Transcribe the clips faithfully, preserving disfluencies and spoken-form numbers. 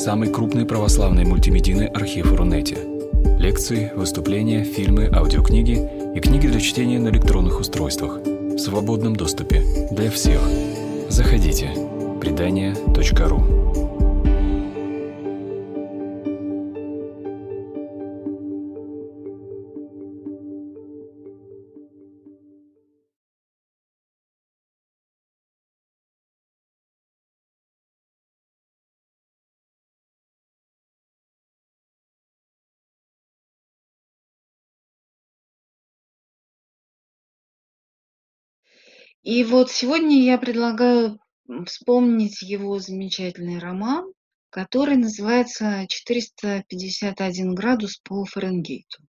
самый крупный православный мультимедийный архив Рунете. Лекции, выступления, фильмы, аудиокниги и книги для чтения на электронных устройствах в свободном доступе для всех. Заходите. предания точка ру. И вот сегодня я предлагаю м, вспомнить его замечательный роман, который называется «четыреста пятьдесят один градус по Фаренгейту».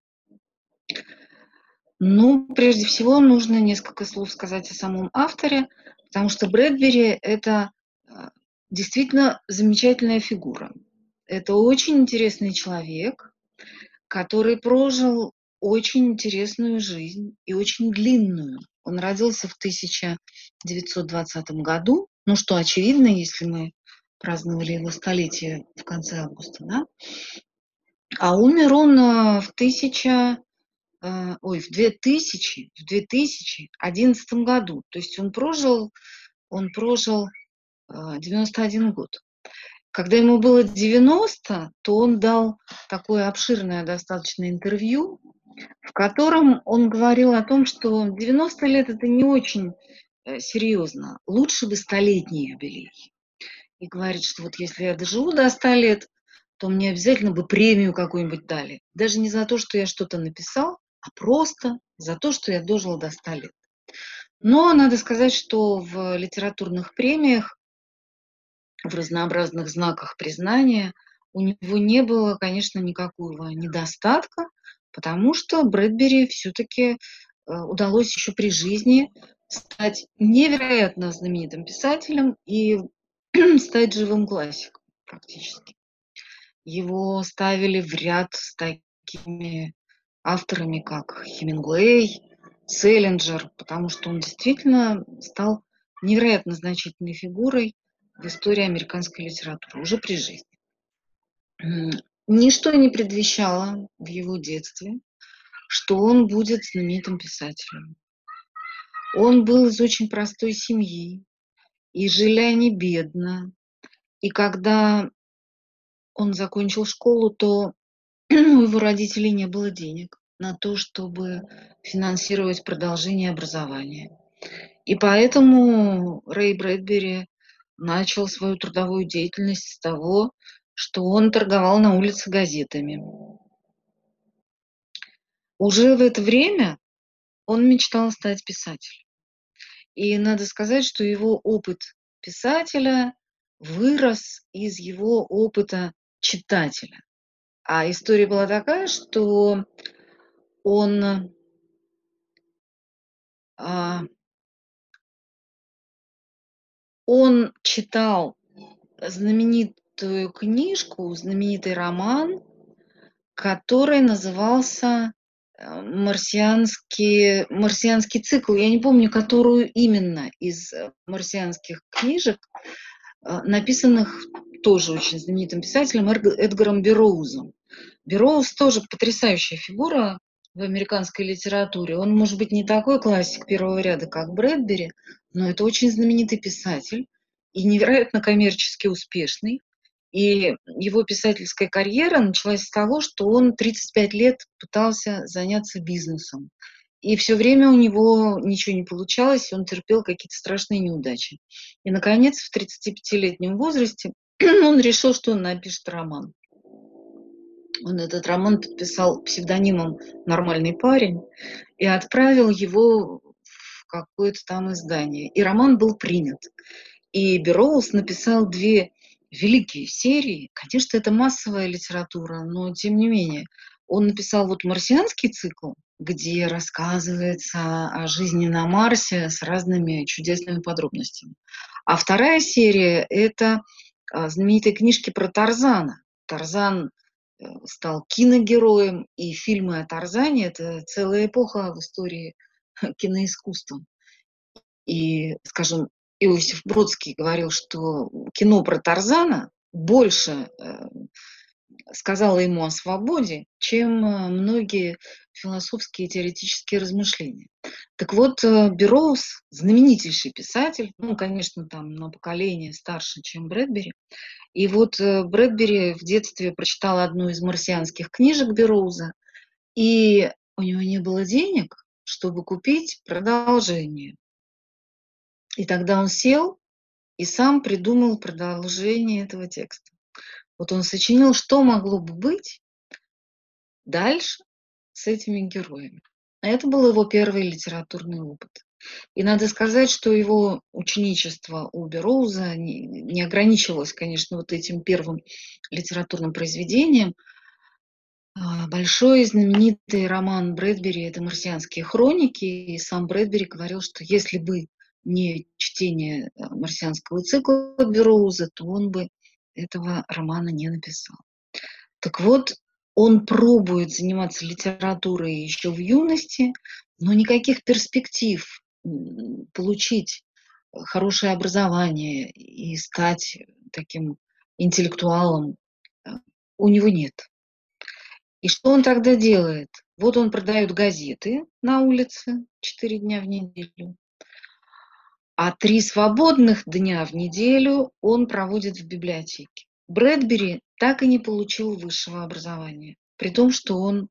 Ну, прежде всего, нужно несколько слов сказать о самом авторе, потому что Брэдбери– это а, действительно замечательная фигура. Это очень интересный человек, который прожил очень интересную жизнь и очень длинную. Он родился в тысяча девятьсот двадцатом году, ну что очевидно, если мы праздновали его столетие в конце августа, да? А умер он а, в тысяча, а, ой, в две тысячи, в две тысячи одиннадцатом году. То есть он прожил, он прожил а, девяносто один год. Когда ему было девяносто, то он дал такое обширное достаточно интервью, в котором он говорил о том, что девяносто лет – это не очень э, серьезно. Лучше бы столетний юбилей. И говорит, что вот если я доживу до ста лет, то мне обязательно бы премию какую-нибудь дали. Даже не за то, что я что-то написал, а просто за то, что я дожил до ста лет. Но надо сказать, что в литературных премиях, в разнообразных знаках признания у него не было, конечно, никакого недостатка, потому что Брэдбери все-таки удалось еще при жизни стать невероятно знаменитым писателем и стать живым классиком практически. Его ставили в ряд с такими авторами, как Хемингуэй, Селлинджер, потому что он действительно стал невероятно значительной фигурой в истории американской литературы уже при жизни. Ничто не предвещало в его детстве, что он будет знаменитым писателем. Он был из очень простой семьи, и жили они бедно. И когда он закончил школу, то у его родителей не было денег на то, чтобы финансировать продолжение образования. И поэтому Рэй Брэдбери начал свою трудовую деятельность с того, что он торговал на улице газетами. Уже в это время он мечтал стать писателем. И надо сказать, что его опыт писателя вырос из его опыта читателя. А история была такая, что он а, он читал знаменитую книжку, знаменитый роман, который назывался э, «Марсианский, марсианский цикл». Я не помню, которую именно из э, марсианских книжек, э, написанных тоже очень знаменитым писателем Эдг- Эдгаром Берроузом. Берроуз тоже потрясающая фигура в американской литературе. Он, может быть, не такой классик первого ряда, как Брэдбери, но это очень знаменитый писатель и невероятно коммерчески успешный. И его писательская карьера началась с того, что он тридцать пять лет пытался заняться бизнесом. И все время у него ничего не получалось, он терпел какие-то страшные неудачи. И, наконец, в тридцатипятилетнем возрасте он решил, что он напишет роман. Он этот роман подписал псевдонимом «Нормальный парень» и отправил его в какое-то там издание. И роман был принят. И Берроуз написал две великие серии. Конечно, это массовая литература, но тем не менее. Он написал вот «Марсианский цикл», где рассказывается о жизни на Марсе с разными чудесными подробностями. А вторая серия– это а, знаменитые книжки про Тарзана. Тарзан э, стал киногероем, и фильмы о Тарзане– это целая эпоха в истории киноискусства. И, скажем, Иосиф Бродский говорил, что кино про Тарзана больше э, сказала ему о свободе, чем э, многие философские и теоретические размышления. Так вот, э, Берроуз, знаменитейший писатель, ну, конечно, там на поколение старше, чем Брэдбери. И вот э, Брэдбери в детстве прочитал одну из марсианских книжек Берроуза, и у него не было денег, чтобы купить продолжение. И тогда он сел и сам придумал продолжение этого текста. Вот он сочинил, что могло бы быть дальше с этими героями. Это был его первый литературный опыт. И надо сказать, что его ученичество у Берроуза не, не ограничивалось, конечно, вот этим первым литературным произведением. А, Большой и знаменитый роман Брэдбери — это «Марсианские хроники», и сам Брэдбери говорил, что если бы не чтение э, марсианского цикла Берроуза, то он бы этого романа не написал. Так вот, он пробует заниматься литературой еще в юности, но никаких перспектив м, получить хорошее образование и стать таким интеллектуалом э, у него нет. И что он тогда делает? Вот он продает газеты на улице четыре дня в неделю, а три свободных дня в неделю он проводит в библиотеке. Брэдбери так и не получил высшего образования, при том, что он,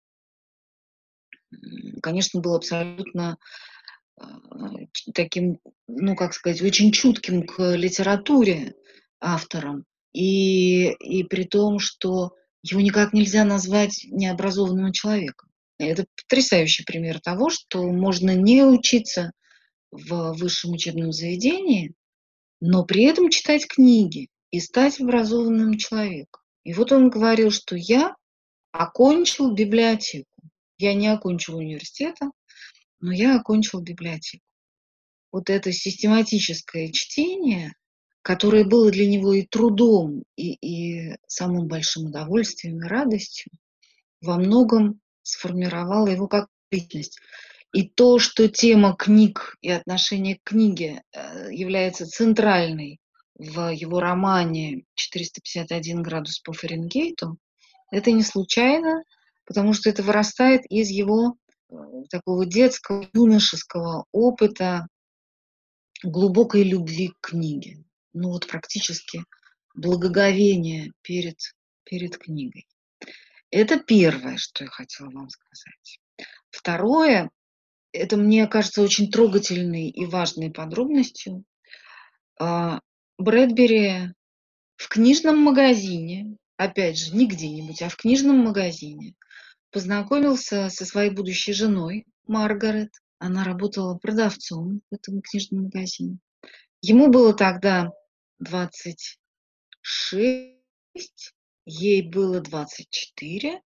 м, конечно, был абсолютно а, ч- таким, ну, как сказать, очень чутким к литературе автором, и, и при том, что его никак нельзя назвать необразованным человеком. Это потрясающий пример того, что можно не учиться в высшем учебном заведении, но при этом читать книги и стать образованным человеком. И вот он говорил, что я окончил библиотеку. Я не окончил университета, но я окончил библиотеку. Вот это систематическое чтение, которое было для него и трудом, и, и самым большим удовольствием и радостью, во многом сформировало его как личность. И то, что тема книг и отношение к книге э, является центральной в его романе «четыреста пятьдесят один градус по Фаренгейту», это не случайно, потому что это вырастает из его э, такого детского, юношеского опыта глубокой любви к книге. Ну вот практически благоговение перед, перед книгой. Это первое, что я хотела вам сказать. Второе, это мне кажется очень трогательной и важной подробностью. А, Брэдбери в книжном магазине, опять же, не где-нибудь, а в книжном магазине, познакомился со своей будущей женой Маргарет. Она работала продавцом в этом книжном магазине. Ему было тогда двадцать шесть, ей было двадцать четыре,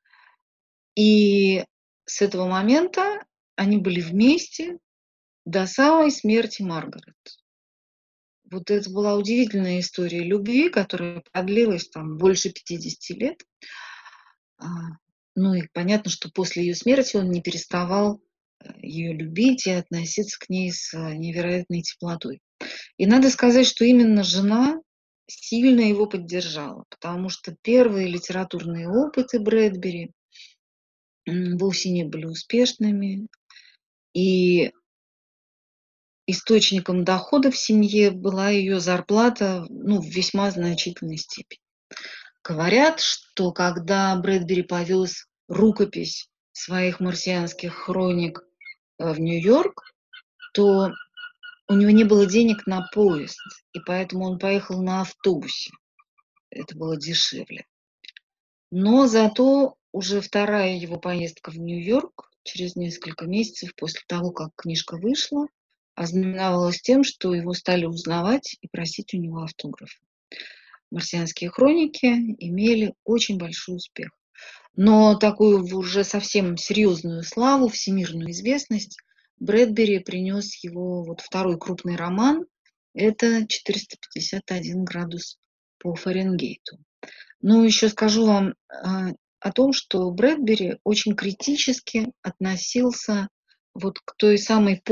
и с этого момента они были вместе до самой смерти Маргарет. Вот это была удивительная история любви, которая продлилась там больше пятидесяти лет. А, Ну и понятно, что после ее смерти он не переставал ее любить и относиться к ней с э, невероятной теплотой. И надо сказать, что именно жена сильно его поддержала, потому что первые литературные опыты Брэдбери м, вовсе не были успешными, и источником дохода в семье была ее зарплата, ну, в весьма значительной степени. Говорят, что когда Брэдбери повез рукопись своих марсианских хроник э, в Нью-Йорк, то у него не было денег на поезд, и поэтому он поехал на автобусе. Это было дешевле. Но зато уже вторая его поездка в Нью-Йорк через несколько месяцев после того, как книжка вышла, ознаменовалась тем, что его стали узнавать и просить у него автограф. «Марсианские хроники» имели очень большой успех. Но такую уже совсем серьезную славу, всемирную известность Брэдбери принес его вот второй крупный роман. Это «четыреста пятьдесят один градус по Фаренгейту». Ну, еще скажу вам а, о том, что Брэдбери очень критически относился вот к той самой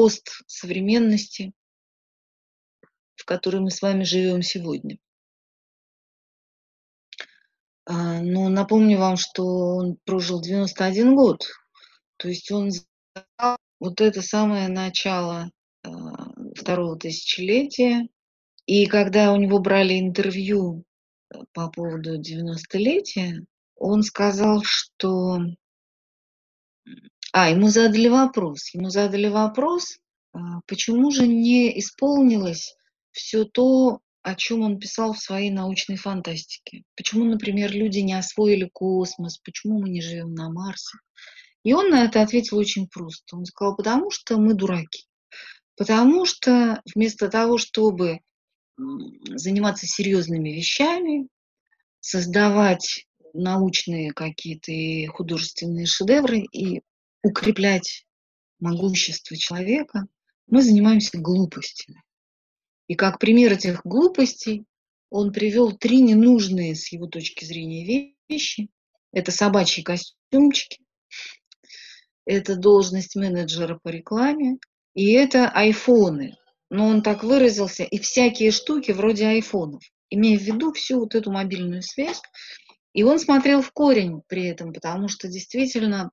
постсовременности, в которой мы с вами живем сегодня. А, ну, напомню вам, что он прожил девяносто один год. То есть он застал вот это самое начало, а, второго тысячелетия. И когда у него брали интервью, э, по поводу девяностолетия, он сказал, что м, а, ему задали вопрос ему задали вопрос, а, почему же не исполнилось всё то, о чём он писал в своей научной фантастике? Почему, например, люди не освоили космос? Почему мы не живем на Марсе? И он на это ответил очень просто. Он сказал: "Потому что мы дураки. Потому что вместо того, чтобы, м, заниматься серьезными вещами, создавать научные какие-то и художественные шедевры и укреплять могущество человека, мы занимаемся глупостями". И как пример этих глупостей он привёл три ненужные, с его точки зрения, вещи. Это собачьи костюмчики, это должность менеджера по рекламе и это айфоны. Но он так выразился: "И всякие штуки вроде айфонов", имея в виду всю вот эту мобильную связь. И он смотрел в корень при этом, потому что действительно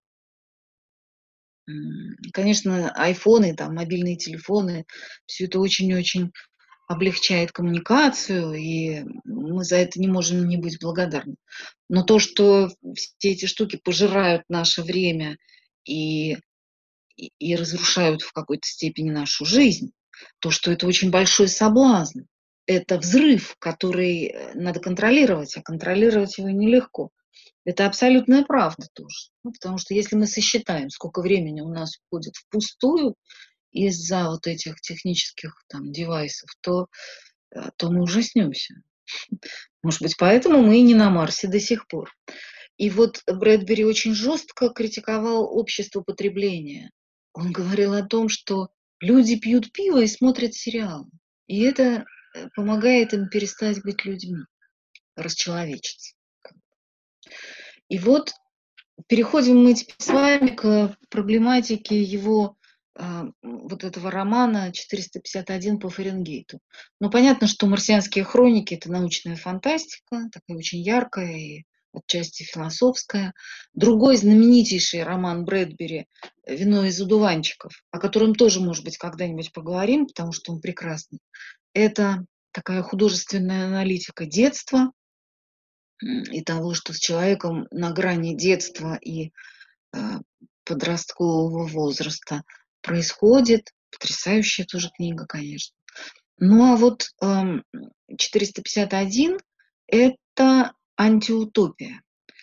м, конечно, айфоны, там, мобильные телефоны- всё это очень-очень облегчает коммуникацию, и мы за это не можем не быть благодарны. Но то, что все эти штуки пожирают наше время и и и разрушают в какой-то степени нашу жизнь, то, что это очень большой соблазн, это взрыв, который, э, надо контролировать, а контролировать его нелегко. Это абсолютная правда тоже. Ну, потому что если мы сосчитаем, сколько времени у нас уходит впустую из-за вот этих технических там девайсов, то, э, то мы ужаснёмся. Может быть, поэтому мы и не на Марсе до сих пор. И вот Брэдбери очень жёстко критиковал общество потребления. Он говорил о том, что люди пьют пиво и смотрят сериалы, и это, э, помогает им перестать быть людьми, расчеловечиться как бы. И вот переходим мы теперь с вами к проблематике его, а, м, вот этого романа "четыреста пятьдесят один по Фаренгейту". Ну, понятно, что "Марсианские хроники"- это научная фантастика, такая очень яркая и отчасти философская. Другой знаменитейший роман Брэдбери "Вино из одуванчиков", о котором тоже, может быть, когда-нибудь поговорим, потому что он прекрасный. Это такая художественная аналитика детства м, и того, что с человеком на грани детства и, а, подросткового возраста происходит. Потрясающая тоже книга, конечно. Ну, а вот, ам, "четыреста пятьдесят один"- это антиутопия.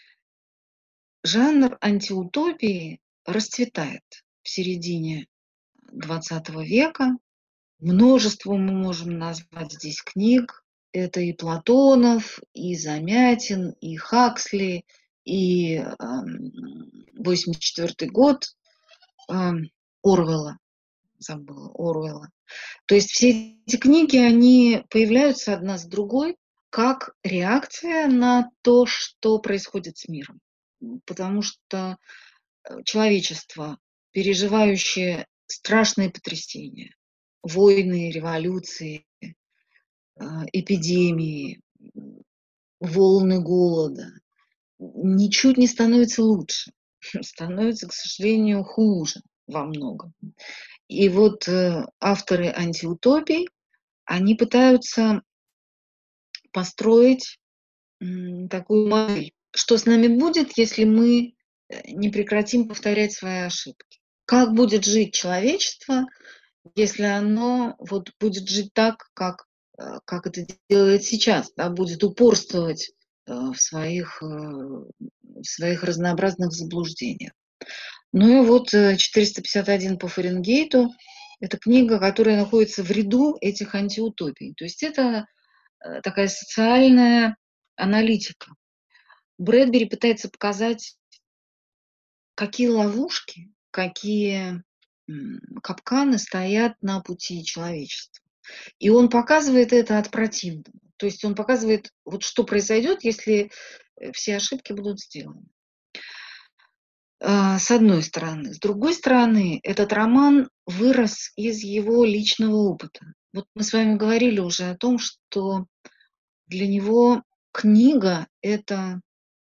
Жанр антиутопии расцветает в середине двадцатого века. Множество мы можем назвать здесь книг. Это и Платонов, и Замятин, и Хаксли, и, ам, "восемьдесят четвёртый год", ам, Оруэлла, забыла, Оруэлла. То есть все эти книги, они появляются одна с другой как реакция на то, что происходит с миром. М, потому что, э, человечество, переживающее страшные потрясения: войны, революции, а, эпидемии, м, волны голода, н ничуть не становится лучше, становится, к сожалению, хуже во многом. И вот, э, авторы антиутопий, они пытаются построить, м, такую модель: что с нами будет, если мы, э, не прекратим повторять свои ошибки? Как будет жить человечество, если оно вот будет жить так, как, э, как это делает сейчас, да, будет упорствовать, э, в своих, э, в своих разнообразных заблуждениях? Ну и вот, э, "четыреста пятьдесят один по Фаренгейту"- это книга, которая находится в ряду этих антиутопий. То есть это, э, такая социальная аналитика. Брэдбери пытается показать какие ловушки, какие, м, капканы стоят на пути человечества. И он показывает это от противного. То есть он показывает, вот что произойдёт, если, э, все ошибки будут сделаны. А, с одной стороны. С другой стороны, этот роман вырос из его личного опыта. Вот мы с вами говорили уже о том, что для него книга- это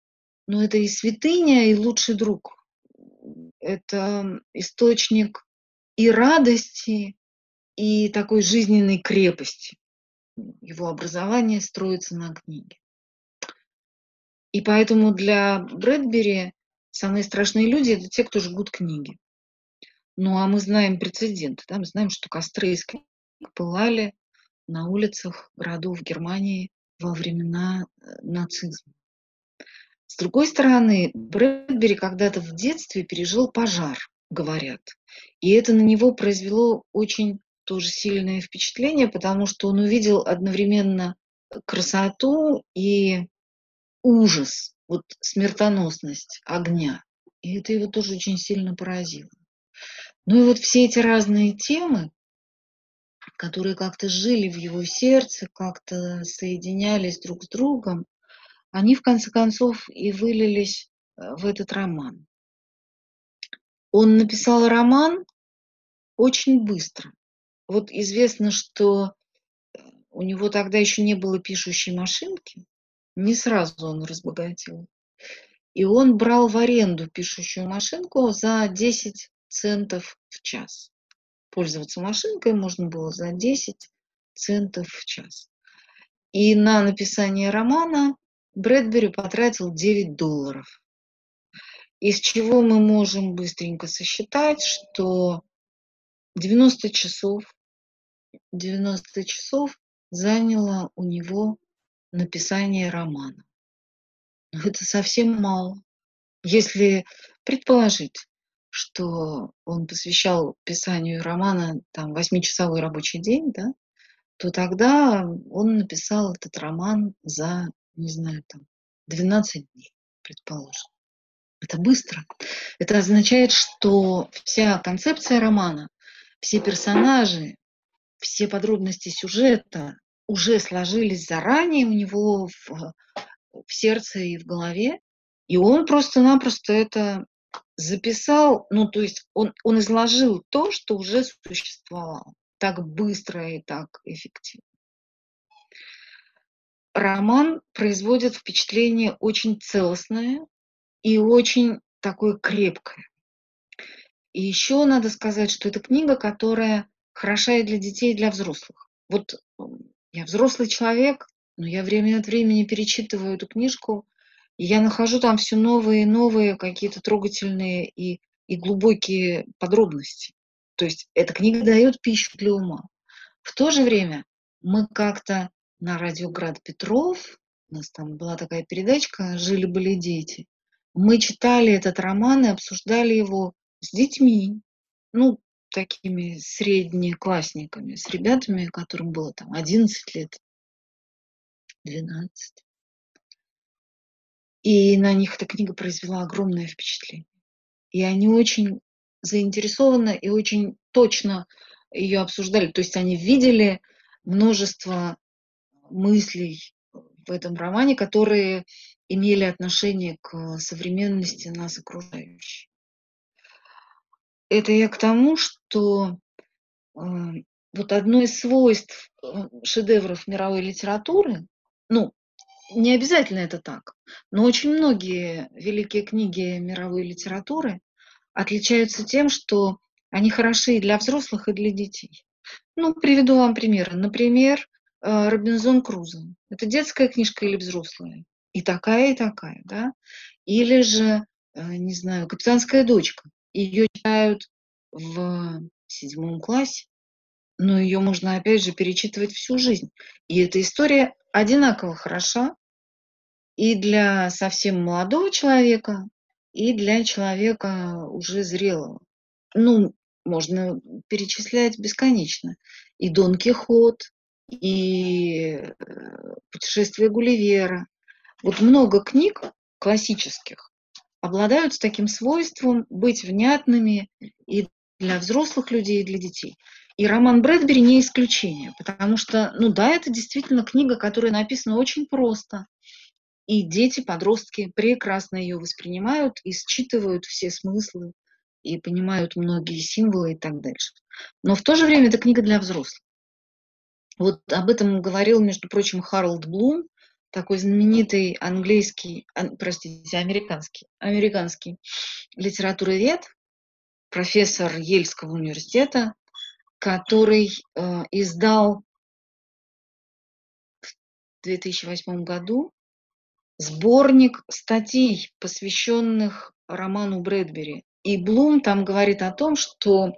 но это и святыня, и лучший друг. Это источник и радости, и такой жизненной крепости. Его образование строится на книге. И поэтому для Брэдбери самые страшные люди – это те, кто жгут книги. Ну, а мы знаем прецеденты, да? Мы знаем, что костры из книг пылали на улицах городов Германии во времена нацизма. С другой стороны, Брэдбери когда-то в детстве пережил пожар, говорят. И это на него произвело очень тоже сильное впечатление, потому что он увидел одновременно красоту и ужас, вот смертоносность огня. И это его тоже очень сильно поразило. Ну и вот все эти разные темы, которые как-то жили в его сердце, как-то соединялись друг с другом, они в конце концов и вылились в этот роман. Он написал роман очень быстро. Вот известно, что у него тогда еще не было пишущей машинки, не сразу он разбогател. И он брал в аренду пишущую машинку за десять центов в час. Пользоваться машинкой можно было за десять центов в час. И на написание романа Брэдбери потратил девять долларов. Из чего мы можем быстренько сосчитать, что девяносто часов, девяносто часов заняло у него написание романа. Но это совсем мало. Если предположить, что он посвящал писанию романа там, восьмичасовой рабочий день, да, то тогда он написал этот роман за, не знаю, там, двенадцать дней, предположим. Это быстро. Это означает, что вся концепция романа, все персонажи, все подробности сюжета уже сложились заранее у него в, в сердце и в голове, и он просто-напросто это записал, ну, то есть он, он изложил то, что уже существовало, так быстро и так эффективно. Роман производит впечатление очень целостное и очень такое крепкое. И еще надо сказать, что это книга, которая хороша и для детей, и для взрослых. Вот я взрослый человек, но я время от времени перечитываю эту книжку, и я нахожу там все новые и новые какие-то трогательные и, и глубокие подробности. То есть эта книга дает пищу для ума. В то же время мы как-то на радио Град Петров, у нас там была такая передачка «Жили-были дети», мы читали этот роман и обсуждали его с детьми, ну, такими среднеклассниками, с ребятами, которым было там одиннадцать лет, двенадцать. И на них эта книга произвела огромное впечатление. И они очень заинтересованно и очень точно ее обсуждали. То есть они видели множество мыслей в этом романе, которые имели отношение к современности нас окружающей. Это я к тому, что э, вот одно из свойств шедевров мировой литературы, ну, не обязательно это так, но очень многие великие книги мировой литературы отличаются тем, что они хороши и для взрослых, и для детей. Ну, приведу вам примеры. Например, «Робинзон Крузо». Это детская книжка или взрослая? И такая, и такая, да? Или же, не знаю, «Капитанская дочка». Ее читают в седьмом классе, но ее можно, опять же, перечитывать всю жизнь. И эта история одинаково хороша и для совсем молодого человека, и для человека уже зрелого. Ну, можно перечислять бесконечно. И «Дон Кихот», и «Путешествие Гулливера». Вот много книг классических обладают таким свойством быть внятными и для взрослых людей, и для детей. И роман Брэдбери не исключение, потому что, ну да, это действительно книга, которая написана очень просто. И дети, подростки прекрасно ее воспринимают и считывают все смыслы, и понимают многие символы и так дальше. Но в то же время это книга для взрослых. Вот об этом говорил, между прочим, Харолд Блум такой знаменитый английский, ан простите, американский американский литературовед, профессор Ельского университета, который, э, издал в две тысячи восьмом году сборник статей, посвященных роману Брэдбери. И Блум там говорит о том, что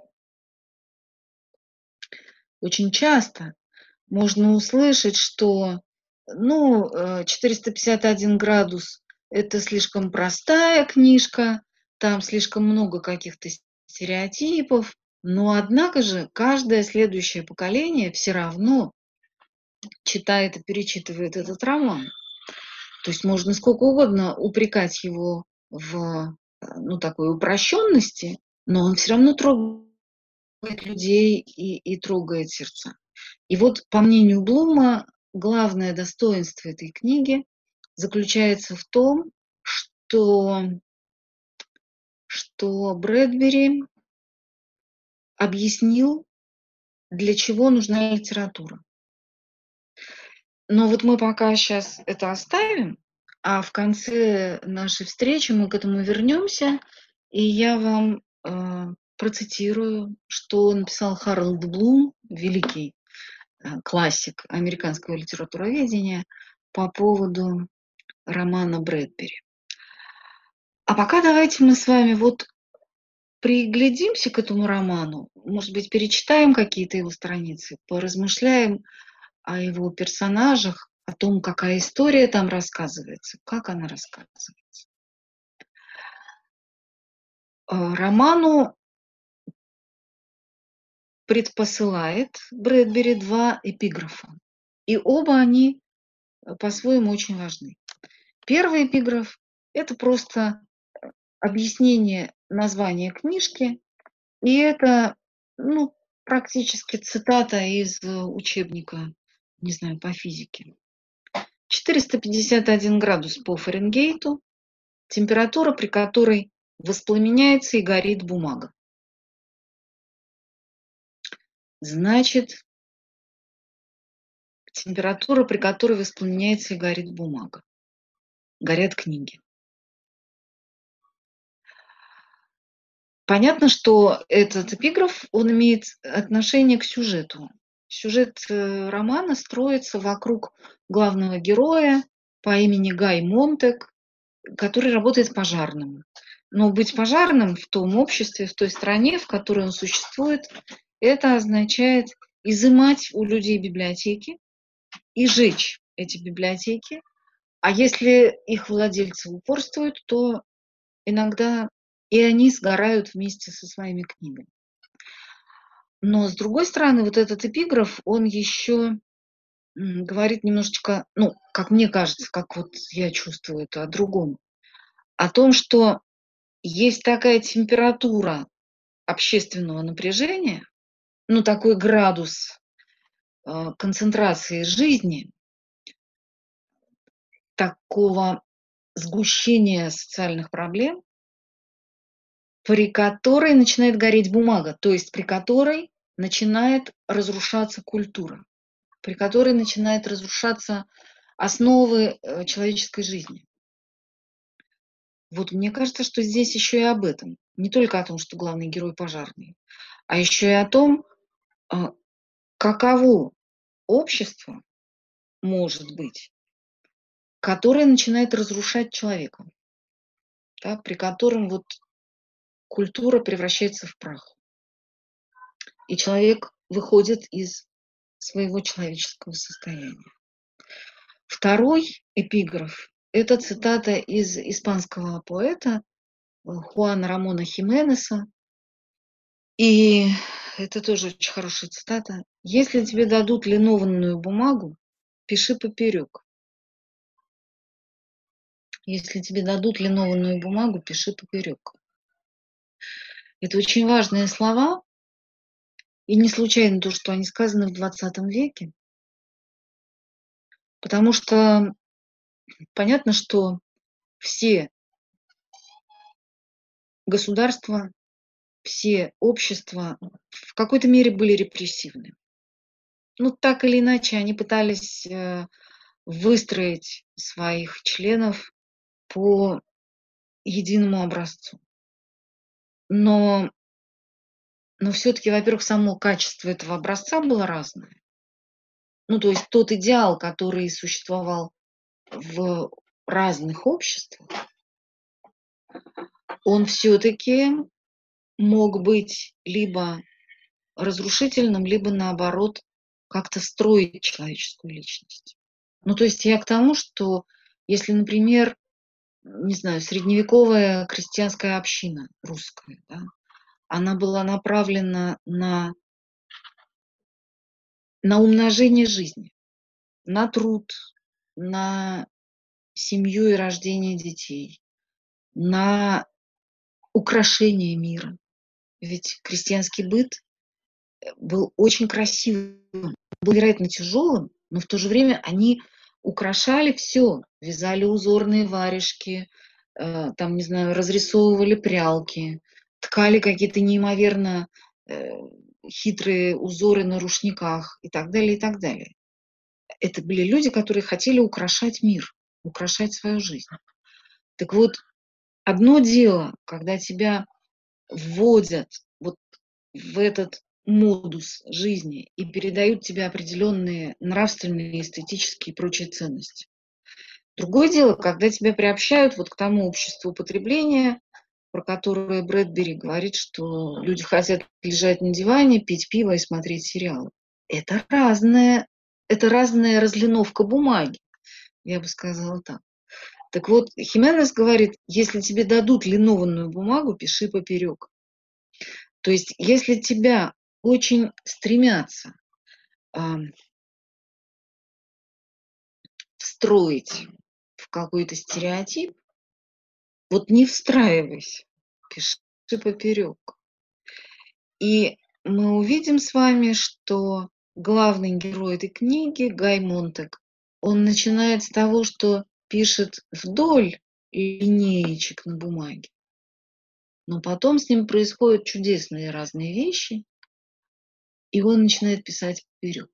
очень часто можно услышать, что, ну, э, четыреста пятьдесят один градус — это слишком простая книжка, там слишком много каких-то стереотипов, но однако же каждое следующее поколение все равно читает и перечитывает этот роман. То есть можно сколько угодно упрекать его в, э, ну, такой упрощенности, но он все равно трогает людей и и трогает сердца. И вот, по мнению Блума, главное достоинство этой книги заключается в том, что что Брэдбери объяснил, для чего нужна литература. Но вот мы пока сейчас это оставим, а в конце нашей встречи мы к этому вернемся, и я вам, э, процитирую, что написал Харолд Блум, великий, э, классик американского литературоведения, по поводу романа Брэдбери. А пока давайте мы с вами вот приглядимся к этому роману, может быть, перечитаем какие-то его страницы, поразмышляем о его персонажах, о том, какая история там рассказывается, как она рассказывается. Э, роману предпосылает Брэдбери два эпиграфа, и оба они, э, по-своему очень важны. Первый эпиграф — это просто, э, объяснение названия книжки, и это, ну, практически цитата из, э, учебника, не знаю, по физике. четыреста пятьдесят один градус по Фаренгейту — температура, при которой воспламеняется и горит бумага. Значит, температура, при которой воспламеняется и горит бумага. Горят книги. Понятно, что этот эпиграф, он имеет отношение к сюжету. Сюжет, э, романа строится вокруг главного героя по имени Гай Монтег, который работает пожарным. Но быть пожарным в том обществе, в той стране, в которой он существует, это означает изымать у людей библиотеки и жечь эти библиотеки. А если их владельцы упорствуют, то иногда и они сгорают вместе со своими книгами. Но, с другой стороны, вот этот эпиграф, он еще м, говорит немножечко, ну, как мне кажется, как вот я чувствую это, о другом. О том, что есть такая температура общественного напряжения, ну, такой градус э, концентрации жизни, такого сгущения социальных проблем, при которой начинает гореть бумага, то есть при которой начинает разрушаться культура, при которой начинают разрушаться основы э, человеческой жизни. Вот мне кажется, что здесь еще и об этом. Не только о том, что главный герой пожарный, а еще и о том, а, каково общество может быть, которое начинает разрушать человека, да, при котором вот культура превращается в прах, и человек выходит из своего человеческого состояния. Второй эпиграф — это цитата из испанского поэта э, Хуана Рамона Хименеса, и это тоже очень хорошая цитата. «Если тебе дадут линованную бумагу, пиши поперек. Если тебе дадут линованную бумагу, пиши поперек». Это очень важные слова, и не случайно то, что они сказаны в двадцатом веке, потому что понятно, что все государства, все общества в какой-то мере были репрессивны. Ну, так или иначе, они пытались э, выстроить своих членов по единому образцу. Но но всё-таки, во-первых, само качество этого образца было разное. Ну, то есть тот идеал, который существовал в разных обществах он всё-таки мог быть либо разрушительным, либо, наоборот, как-то строить человеческую личность. Ну, то есть я к тому, что если, например, не знаю, средневековая крестьянская община русская, да, она была направлена на на умножение жизни, на труд, на семью и рождение детей, на украшение мира. Ведь крестьянский быт, э, был очень красивым, был невероятно тяжелым, но в то же время они украшали всё: вязали узорные варежки, э, там, не знаю, разрисовывали прялки, ткали какие-то неимоверно, э, хитрые узоры на рушниках и так далее, и так далее. Это были люди, которые хотели украшать мир, украшать свою жизнь. Так вот, одно дело, когда тебя вводят вот в этот модус жизни и передают тебе определенные нравственные, эстетические и прочие ценности. Другое дело, когда тебя приобщают вот к тому обществу потребления, про которое Брэдбери говорит, что люди хотят лежать на диване, пить пиво и смотреть сериалы. Это разная это разная разлиновка бумаги, я бы сказала так. Так вот, Хименес говорит: "Если тебе дадут линованную бумагу, пиши поперёк". То есть если тебя очень стремятся, ам встроить в какой-то стереотип вот не встраивайся, пиши поперёк. И мы увидим с вами, что главный герой этой книги, Гай Монтек, он начинает с того, что пишет вдоль линеечек на бумаге. Но потом с ним происходят чудесные разные вещи и он начинает писать поперёк.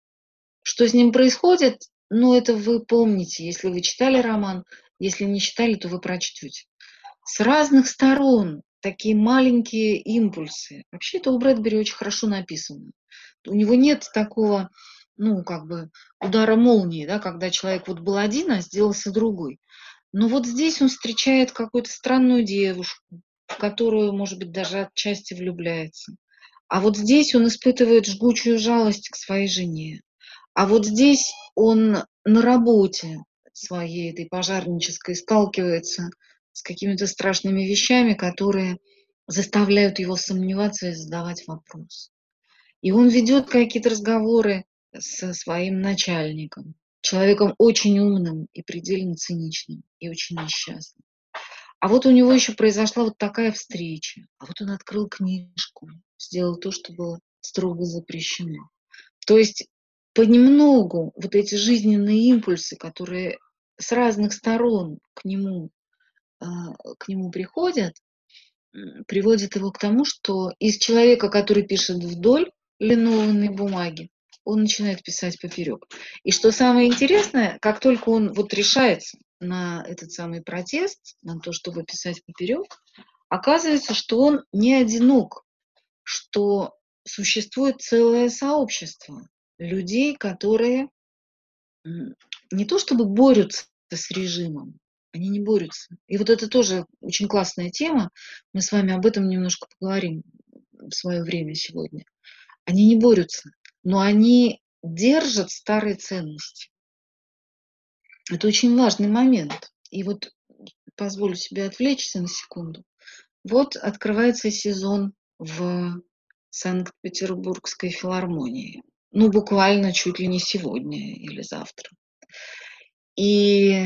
Что с ним происходит? Ну, это вы помните, если вы читали роман. Если не читали, то вы прочтёте. С разных сторон такие маленькие импульсы. Вообще это у Брэдбери очень хорошо написано. У него нет такого, ну, как бы удара молнии, да, когда человек вот был один, а сделался другой. Но вот здесь он встречает какую-то странную девушку, в которую, может быть, даже отчасти влюбляется. А вот здесь он испытывает жгучую жалость к своей жене. А вот здесь он на работе своей этой пожарнической сталкивается с какими-то страшными вещами, которые заставляют его сомневаться и задавать вопросы. И он ведёт какие-то разговоры со своим начальником, человеком очень умным и предельно циничным, и очень несчастным. А вот у него ещё произошла вот такая встреча, а вот он открыл книжку, сделал то, что было строго запрещено. То есть понемногу вот эти жизненные импульсы, которые с разных сторон к нему, а, к нему приходят, м, приводят его к тому, что из человека, который пишет вдоль линованной бумаги, он начинает писать поперёк. И что самое интересное, как только он вот решается на этот самый протест, на то, чтобы писать поперёк, оказывается, что он не одинок, что существует целое сообщество людей, которые, м, не то чтобы борются с режимом, они не борются. И вот это тоже очень классная тема. Мы с вами об этом немножко поговорим в своё время сегодня. Они не борются, но они держат старые ценности. Это очень важный момент. И вот позволю себе отвлечься на секунду. Вот открывается сезон в Санкт-Петербургской филармонии. Ну, буквально чуть ли не сегодня или завтра. И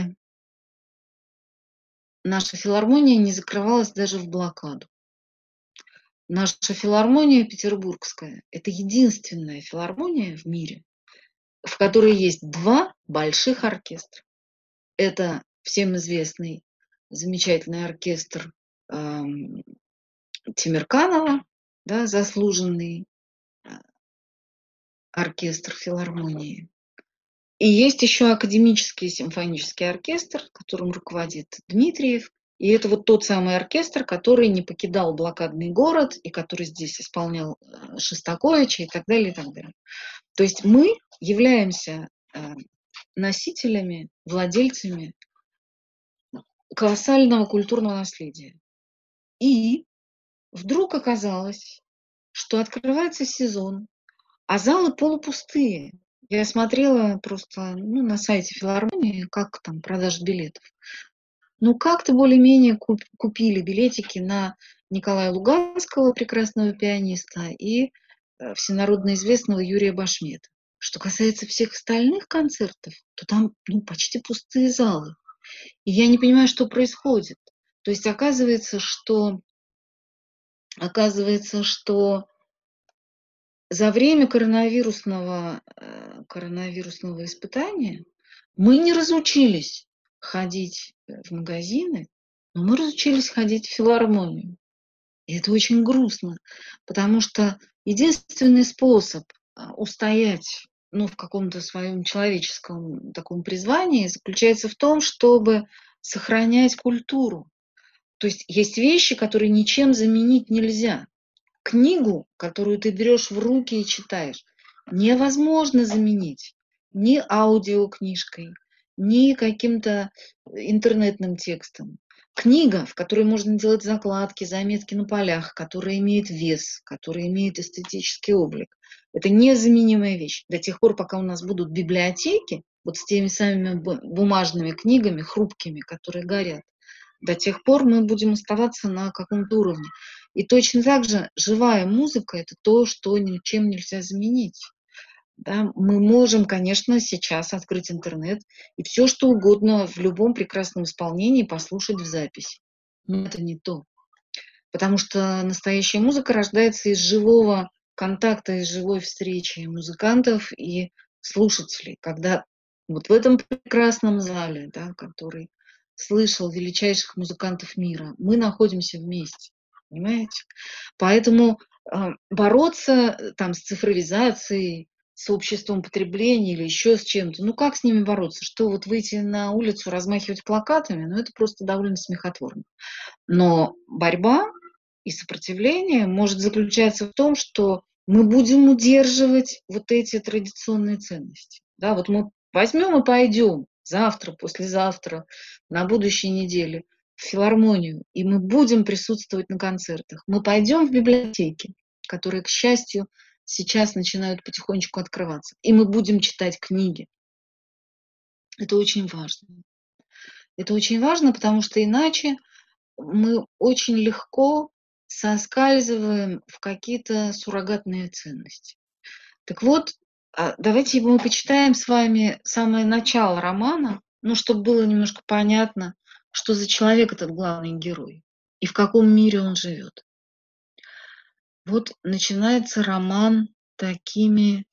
наша филармония не закрывалась даже в блокаду. Наша филармония петербургская- это единственная филармония в мире, в которой есть два больших оркестра. Это всем известный замечательный оркестр, ам, Темирканова, да, заслуженный, а, оркестр филармонии. И есть еще академический симфонический оркестр, которым руководит Дмитриев. И это вот тот самый оркестр, который не покидал блокадный город, и который здесь исполнял э, Шостаковича и так далее, и так далее. То есть мы являемся э, носителями, владельцами колоссального культурного наследия. И вдруг оказалось, что открывается сезон, а залы полупустые. Я смотрела просто ну, на сайте филармонии, как там продажа билетов. Ну, как-то более-менее куп- купили билетики на Николая Луганского, прекрасного пианиста, и э, всенародно известного Юрия Башмета. Что касается всех остальных концертов, то там ну, почти пустые залы. И я не понимаю, что происходит. То есть оказывается, что, оказывается, что за время коронавирусного, э, коронавирусного испытания мы не разучились ходить э, в магазины, но мы разучились ходить в филармонию. И это очень грустно, потому что единственный способ а, устоять ну, в каком-то своем человеческом таком призвании заключается в том, чтобы сохранять культуру. То есть есть вещи, которые ничем заменить нельзя. Книгу, которую ты берешь в руки и читаешь, невозможно заменить ни аудиокнижкой, ни каким-то интернетным текстом. Книга, в которой можно делать закладки, заметки на полях, которая имеет вес, которая имеет эстетический облик, это незаменимая вещь. До тех пор, пока у нас будут библиотеки, вот с теми самыми бумажными книгами, хрупкими, которые горят, до тех пор мы будем оставаться на каком-то уровне. И точно так же живая музыка – это то, что ничем нельзя заменить. Да? Мы можем, конечно, сейчас открыть интернет и все, что угодно в любом прекрасном исполнении послушать в записи. Но это не то. Потому что настоящая музыка рождается из живого контакта, из живой встречи музыкантов и слушателей. Когда вот в этом прекрасном зале, да, который слышал величайших музыкантов мира, мы находимся вместе. Понимаете? Поэтому э, бороться э, там с цифровизацией, с обществом потребления или еще с чем-то, ну как с ними бороться? Что вот выйти на улицу, размахивать плакатами, ну это просто довольно смехотворно. Но борьба и сопротивление может заключаться в том, что мы будем удерживать вот эти традиционные ценности. Да, вот мы возьмем и пойдем завтра, послезавтра, на будущей неделе в филармонию, и мы будем присутствовать на концертах. Мы пойдем в библиотеки, которые, к счастью, сейчас начинают потихонечку открываться, и мы будем читать книги. Это очень важно. Это очень важно, потому что иначе мы очень легко соскальзываем в какие-то суррогатные ценности. Так вот, а, давайте мы почитаем с вами самое начало романа, ну, чтобы было немножко понятно, что за человек этот главный герой и в каком мире он живет. Вот начинается роман такими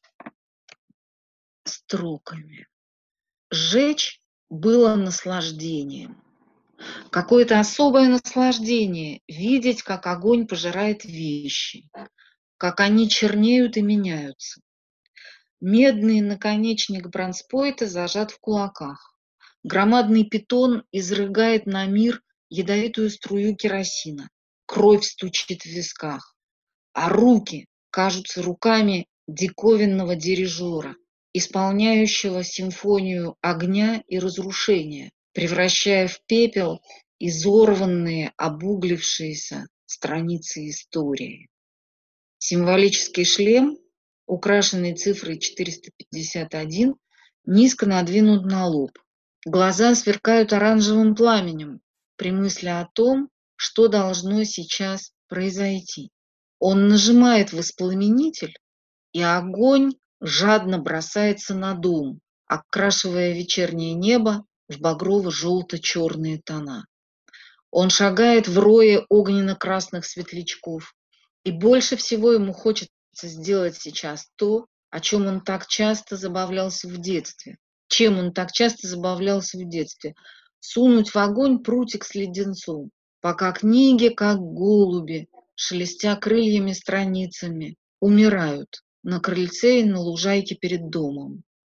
строками. «Сжечь было наслаждением». Какое-то особое наслаждение видеть, как огонь пожирает вещи, как они чернеют и меняются. Медный наконечник бронспойта зажат в кулаках. Громадный питон изрыгает на мир ядовитую струю керосина. Кровь стучит в висках, а руки кажутся руками диковинного дирижера, исполняющего симфонию огня и разрушения, превращая в пепел изорванные, обуглившиеся страницы истории. Символический шлем, украшенный цифрой четыреста пятьдесят один, низко надвинут на лоб. Глаза сверкают оранжевым пламенем при мысли о том, что должно сейчас произойти. Он нажимает воспламенитель, и огонь жадно бросается на дом, окрашивая вечернее небо в багрово-желто-черные тона. Он шагает в рое огненно-красных светлячков, и больше всего ему хочется сделать сейчас то, о чем он так часто забавлялся в детстве. Чем он так часто забавлялся в детстве? Сунуть в огонь прутик с леденцом, пока книги, как голуби, шелестя крыльями страницами, умирают на крыльце и на лужайке перед домом.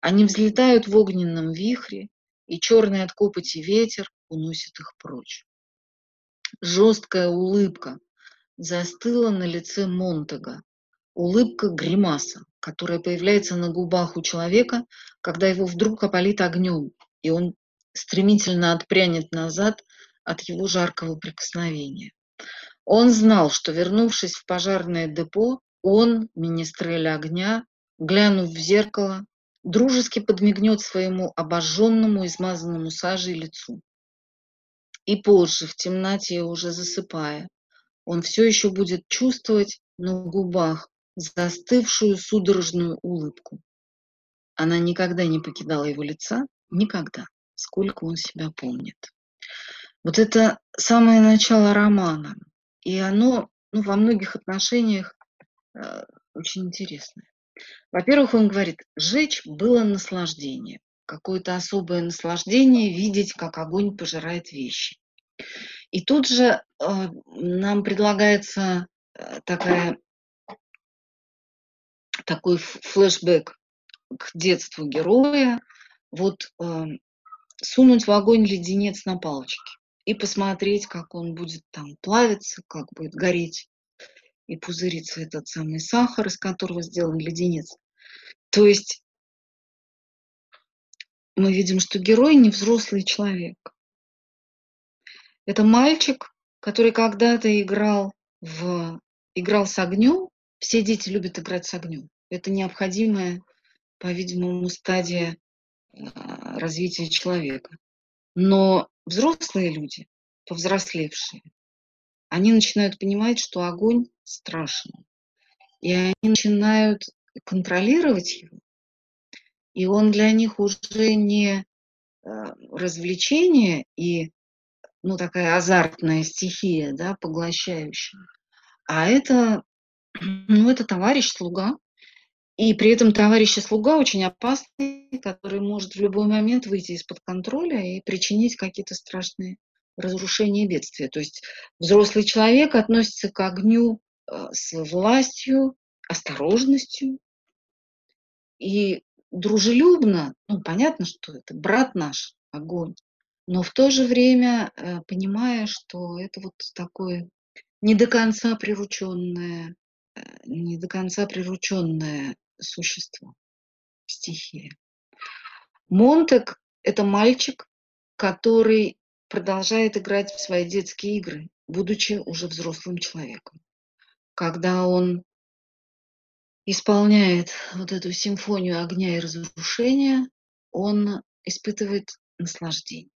Они взлетают в огненном вихре, и черный от копоти ветер уносит их прочь. Жесткая улыбка застыла на лице Монтега. Улыбка-гримаса, которая появляется на губах у человека, когда его вдруг опалит огнем, и он стремительно отпрянет назад от его жаркого прикосновения. Он знал, что, вернувшись в пожарное депо, он, министрель огня, глянув в зеркало, дружески подмигнет своему обожженному, измазанному сажей лицу. И позже, в темноте, уже засыпая, он все еще будет чувствовать на губах застывшую судорожную улыбку. Она никогда не покидала его лица, никогда, сколько он себя помнит. Вот это самое начало романа, и оно, ну, во многих отношениях э, очень интересное. Во-первых, он говорит, жечь было наслаждение, какое-то особое наслаждение видеть, как огонь пожирает вещи. И тут же э, нам предлагается э, такая, такой флешбэк к детству героя, вот э, сунуть в огонь леденец на палочке и посмотреть, как он будет там плавиться, как будет гореть и пузыриться этот самый сахар, из которого сделан леденец. То есть мы видим, что герой не взрослый человек. Это мальчик, который когда-то играл, в... играл с огнем. Все дети любят играть с огнем. Это необходимая, по-видимому, стадия развития человека. Но взрослые люди, повзрослевшие, они начинают понимать, что огонь страшен. И они начинают контролировать его. И он для них уже не развлечение и, ну, такая азартная стихия, да, поглощающая, а это, ну, это товарищ-слуга. И при этом товарищ и слуга очень опасный, который может в любой момент выйти из-под контроля и причинить какие-то страшные разрушения и бедствия. То есть взрослый человек относится к огню с властью, осторожностью и дружелюбно. Ну, понятно, что это брат наш, огонь, но в то же время понимая, что это вот такое не до конца прирученное, не до конца прирученное существо, стихия. Монтег – это мальчик, который продолжает играть в свои детские игры, будучи уже взрослым человеком. Когда он исполняет вот эту симфонию огня и разрушения, он испытывает наслаждение.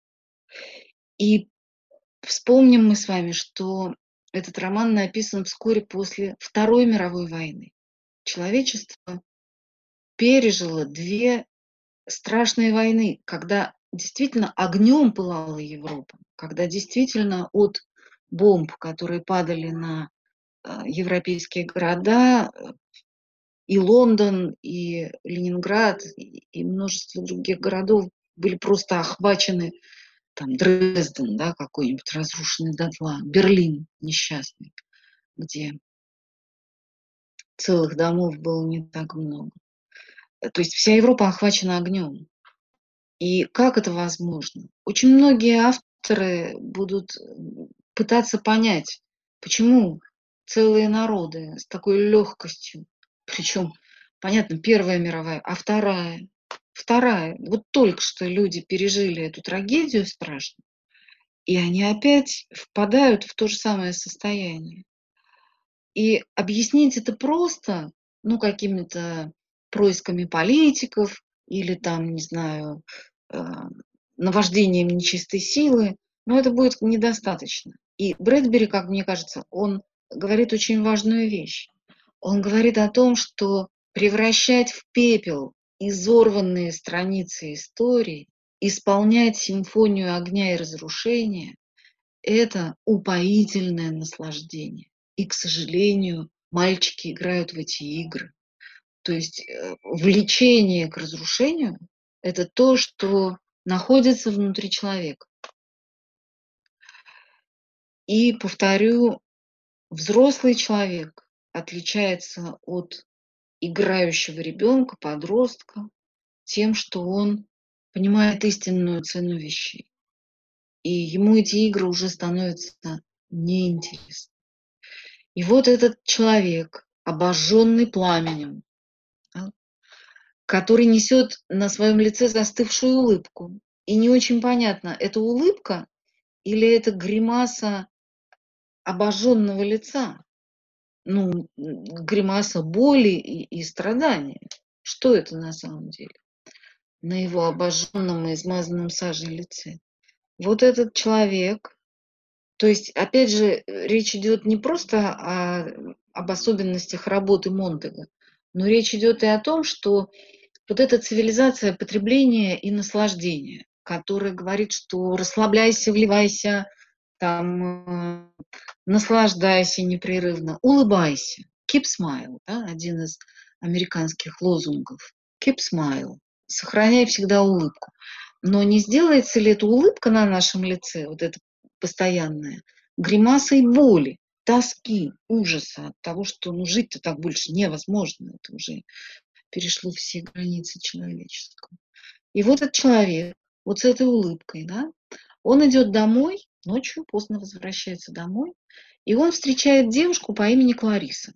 И вспомним мы с вами, что этот роман написан вскоре после Второй мировой войны. Человечество пережило две страшные войны, когда действительно огнем пылала Европа, когда действительно от бомб, которые падали на европейские города, и Лондон, и Ленинград, и множество других городов были просто охвачены, там, Дрезден, да, какой-нибудь разрушенный дотла, Берлин несчастный, где целых домов было не так много. То есть вся Европа охвачена огнем. И как это возможно? Очень многие авторы будут пытаться понять, почему целые народы с такой легкостью, причем, понятно, Первая мировая, а Вторая, Вторая, вот только что люди пережили эту трагедию страшную, и они опять впадают в то же самое состояние. И объяснить это просто, ну, какими-то происками политиков или там, не знаю, э, наваждением нечистой силы, но это будет недостаточно. И Брэдбери, как мне кажется, он говорит очень важную вещь. Он говорит о том, что превращать в пепел изорванные страницы истории, исполнять симфонию огня и разрушения – это упоительное наслаждение. И, к сожалению, мальчики играют в эти игры. То есть влечение к разрушению – это то, что находится внутри человека. И, повторю, взрослый человек отличается от играющего ребенка, подростка тем, что он понимает истинную цену вещей. И ему эти игры уже становятся неинтересны. И вот этот человек, обожженный пламенем, да, который несет на своем лице застывшую улыбку. И не очень понятно, это улыбка или это гримаса обожженного лица? Ну, гримаса боли и, и страдания. Что это на самом деле? На его обожженном и измазанном сажей лице. Вот этот человек, то есть, опять же, речь идет не просто о, об особенностях работы Монтега, но речь идет и о том, что вот эта цивилизация потребления и наслаждения, которая говорит, что расслабляйся, вливайся, там, э, наслаждайся непрерывно, улыбайся. Keep smile, да, один из американских лозунгов. Keep smile. Сохраняй всегда улыбку. Но не сделается ли эта улыбка на нашем лице, вот эта постоянная, гримасой боли, тоски, ужаса от того, что ну, жить-то так больше невозможно. Это уже перешло все границы человеческого. И вот этот человек, вот с этой улыбкой, да, он идет домой, ночью поздно возвращается домой, и он встречает девушку по имени Клариса.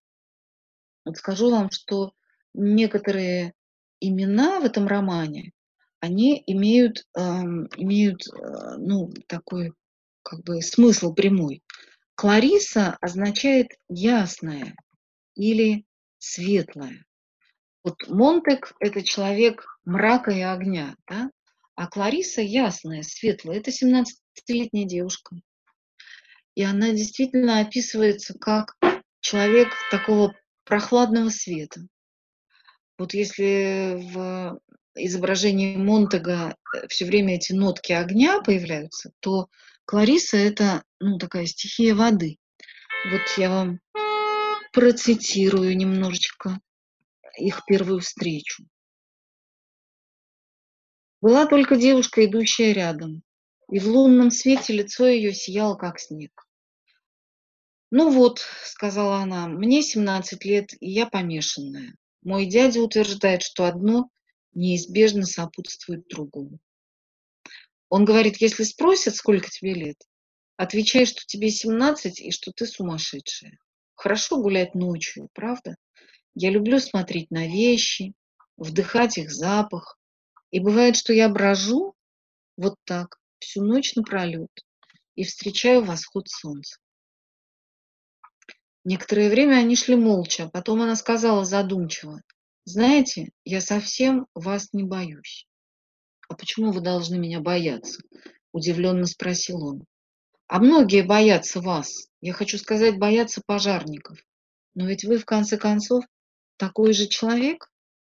Вот скажу вам, что некоторые имена в этом романе, они имеют, эм, имеют э, ну, такой как бы смысл прямой. Клариса означает ясная или светлая. Вот Монтег – это человек мрака и огня, да? А Клариса ясная, светлая. Это семнадцатилетняя девушка. И она действительно описывается как человек такого прохладного света. Вот если в изображении Монтега все время эти нотки огня появляются, то Клариса – это ну, такая стихия воды. Вот я вам процитирую немножечко их первую встречу. Была только девушка, идущая рядом, и в лунном свете лицо ее сияло, как снег. «Ну вот», — сказала она, — «мне семнадцать лет, и я помешанная. Мой дядя утверждает, что одно неизбежно сопутствует другому. Он говорит, если спросят, сколько тебе лет, отвечай, что тебе семнадцать и что ты сумасшедшая. Хорошо гулять ночью, правда? Я люблю смотреть на вещи, вдыхать их запах. И бывает, что я брожу вот так всю ночь напролет и встречаю восход солнца». Некоторое время они шли молча, потом она сказала задумчиво: «Знаете, я совсем вас не боюсь». «А почему вы должны меня бояться?» – удивленно спросил он. «А многие боятся вас. Я хочу сказать, боятся пожарников. Но ведь вы, в конце концов, такой же человек?»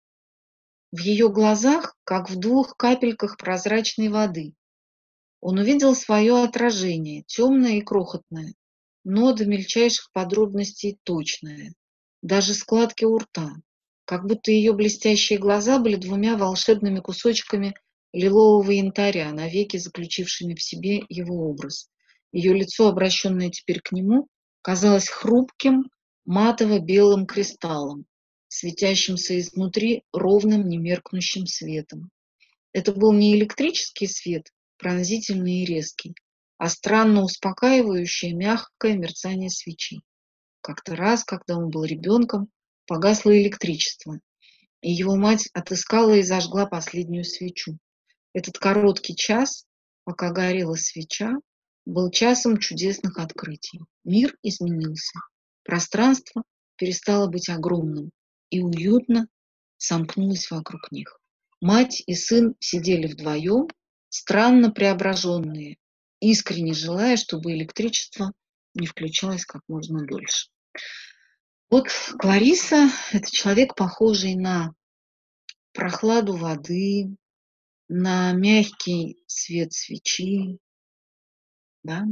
В ее глазах, как в двух капельках прозрачной воды, он увидел свое отражение, темное и крохотное, но до мельчайших подробностей точное. Даже складки у рта, как будто ее блестящие глаза были двумя волшебными кусочками лилового янтаря, навеки заключившими в себе его образ. Ее лицо, обращенное теперь к нему, казалось хрупким, матово-белым кристаллом, светящимся изнутри ровным, немеркнущим светом. Это был не электрический свет, пронзительный и резкий, а странно успокаивающее, мягкое мерцание свечи. Как-то раз, когда он был ребенком, погасло электричество, и его мать отыскала и зажгла последнюю свечу. Этот короткий час, пока горела свеча, был часом чудесных открытий. Мир изменился. Пространство перестало быть огромным и уютно сомкнулось вокруг них. Мать и сын сидели вдвоем, странно преображенные, искренне желая, чтобы электричество не включалось как можно дольше. Вот Клариса – это человек, похожий на прохладу воды, на мягкий свет свечи. Да?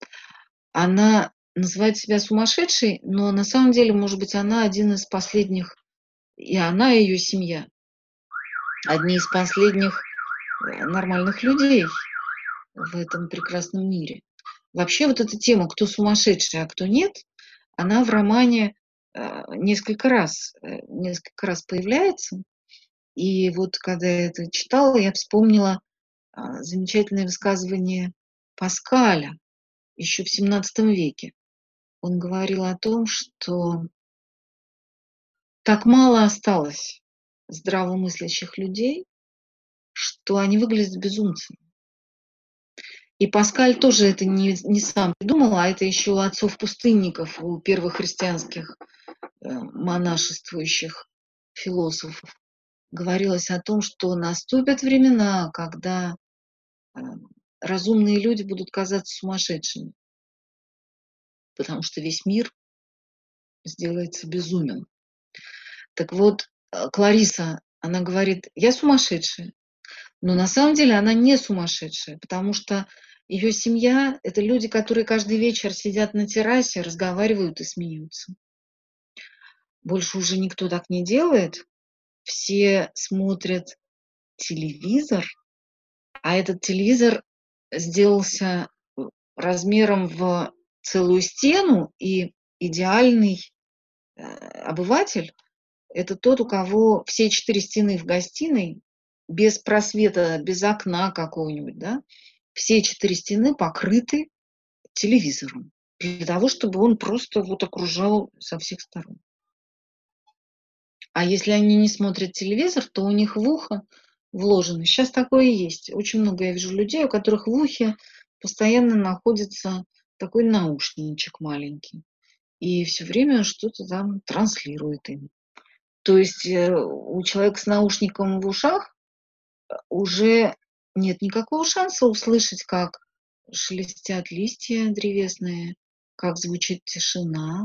Она называет себя сумасшедшей, но на самом деле, может быть, она один из последних, и она, и ее семья, одни из последних нормальных людей в этом прекрасном мире. Вообще вот эта тема, кто сумасшедший, а кто нет, она в романе э, несколько раз, э, несколько раз появляется. И вот когда я это читала, я вспомнила а, замечательное высказывание Паскаля еще в семнадцатом веке. Он говорил о том, что так мало осталось здравомыслящих людей, что они выглядят безумцами. И Паскаль тоже это не, не сам придумал, а это еще у отцов-пустынников, у первых христианских э, монашествующих философов говорилось о том, что наступят времена, когда э, разумные люди будут казаться сумасшедшими, потому что весь мир сделается безумен. Так вот, э, Клариса, она говорит, я сумасшедшая, но на самом деле она не сумасшедшая, потому что ее семья– это люди, которые каждый вечер сидят на террасе, разговаривают и смеются. Больше уже никто так не делает. Все смотрят телевизор, а этот телевизор сделался размером в целую стену, и идеальный э, обыватель– это тот, у кого все четыре стены в гостиной, без просвета, без окна какого-нибудь, да, все четыре стены покрыты телевизором, для того, чтобы он просто вот окружал со всех сторон. А если они не смотрят телевизор, то у них в ухо вложено. Сейчас такое и есть. Очень много я вижу людей, у которых в ухе постоянно находится такой наушничек маленький. И все время что-то там транслирует им. То есть э, у человека с наушником в ушах уже нет никакого шанса услышать, как шелестят листья древесные, как звучит тишина,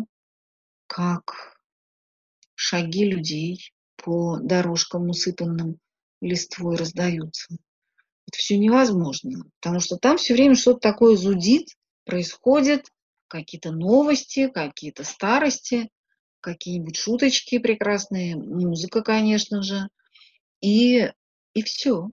как шаги людей по дорожкам, усыпанным листвой, раздаются. Это все невозможно, потому что там все время что-то такое зудит, происходит, какие-то новости, какие-то старости, какие-нибудь шуточки прекрасные, музыка, конечно же, и, и все.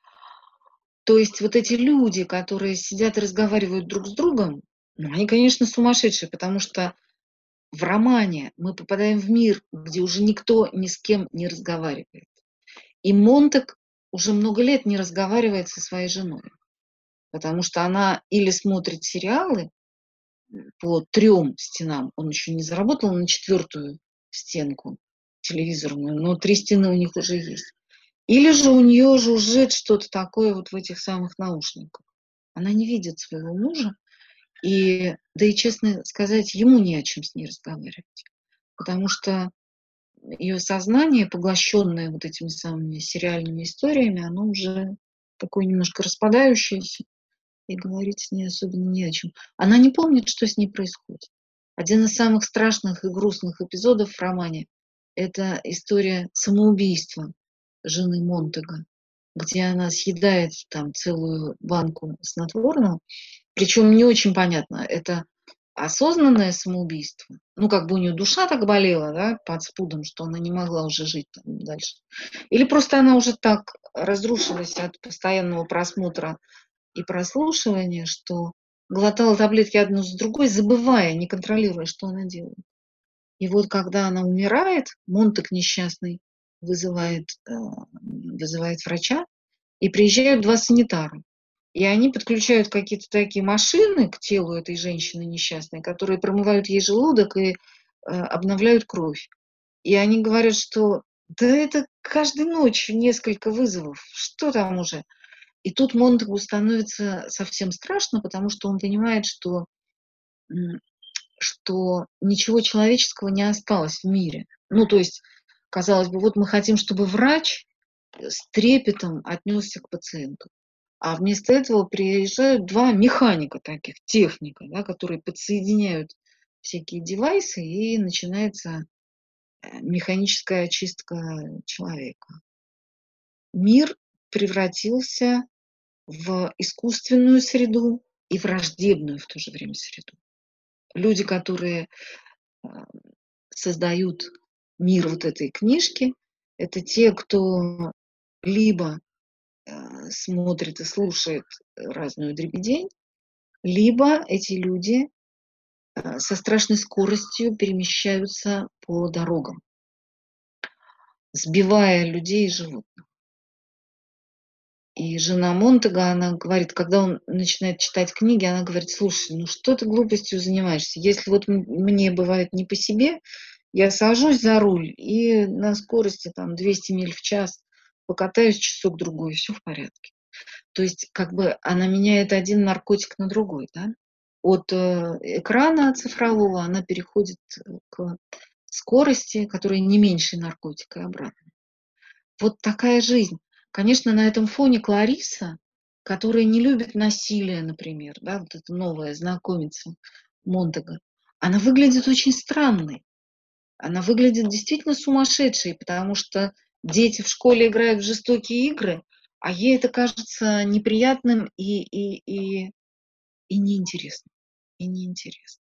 То есть вот эти люди, которые сидят и разговаривают друг с другом, ну, они, конечно, сумасшедшие, потому что в романе мы попадаем в мир, где уже никто ни с кем не разговаривает. И Монтек уже много лет не разговаривает со своей женой, потому что она или смотрит сериалы по трем стенам, он еще не заработал на четвертую стенку телевизорную, но три стены у них уже есть. Или же у нее жужжит что-то такое вот в этих самых наушниках. Она не видит своего мужа, и, да и, честно сказать, ему не о чем с ней разговаривать, потому что ее сознание, поглощенное вот этими самыми сериальными историями, оно уже такое немножко распадающееся, и говорить с ней особенно не о чем. Она не помнит, что с ней происходит. Один из самых страшных и грустных эпизодов в романе– это история самоубийства жены Монтега, где она съедает там целую банку снотворного. Причем не очень понятно, это осознанное самоубийство. Ну, как бы у нее душа так болела, да, под спудом, что она не могла уже жить там дальше. Или просто она уже так разрушилась от постоянного просмотра и прослушивания, что глотала таблетки одну за другой, забывая, не контролируя, что она делает. И вот когда она умирает, Монтек несчастный вызывает, э, вызывает врача, и приезжают два санитара. И они подключают какие-то такие машины к телу этой женщины несчастной, которые промывают ей желудок и э, обновляют кровь. И они говорят, что да это каждой ночью несколько вызовов, что там уже. И тут Монтегу становится совсем страшно, потому что он понимает, что, что ничего человеческого не осталось в мире. Ну, то есть, казалось бы, вот мы хотим, чтобы врач с трепетом отнесся к пациенту. А вместо этого приезжают два механика таких, техника, да, которые подсоединяют всякие девайсы, и начинается механическая очистка человека. Мир превратился в искусственную среду и враждебную в то же время среду. Люди, которые создают мир вот этой книжки, это те, кто либо смотрит и слушает разную дребедень, либо эти люди со страшной скоростью перемещаются по дорогам. сбивая людей и животных. И жена Монтега, она говорит, когда он начинает читать книги, она говорит: "Слушай, ну что ты глупостью занимаешься? Если вот м мне бывает не по себе, я сажусь за руль и на скорости там двести миль в час покатаюсь часок-другой, и всё в порядке". То есть как бы она меняет один наркотик на другой, да. От, э, экрана цифрового она переходит, э, к скорости, которая не меньше наркотика, и обратно. Вот такая жизнь. Конечно, на этом фоне Клариса, которая не любит насилие, например, да, вот эта новая знакомица Монтега, она выглядит очень странной. Она выглядит действительно сумасшедшей, потому что дети в школе играют в жестокие игры, а ей это кажется неприятным и и и и неинтересным, и неинтересным.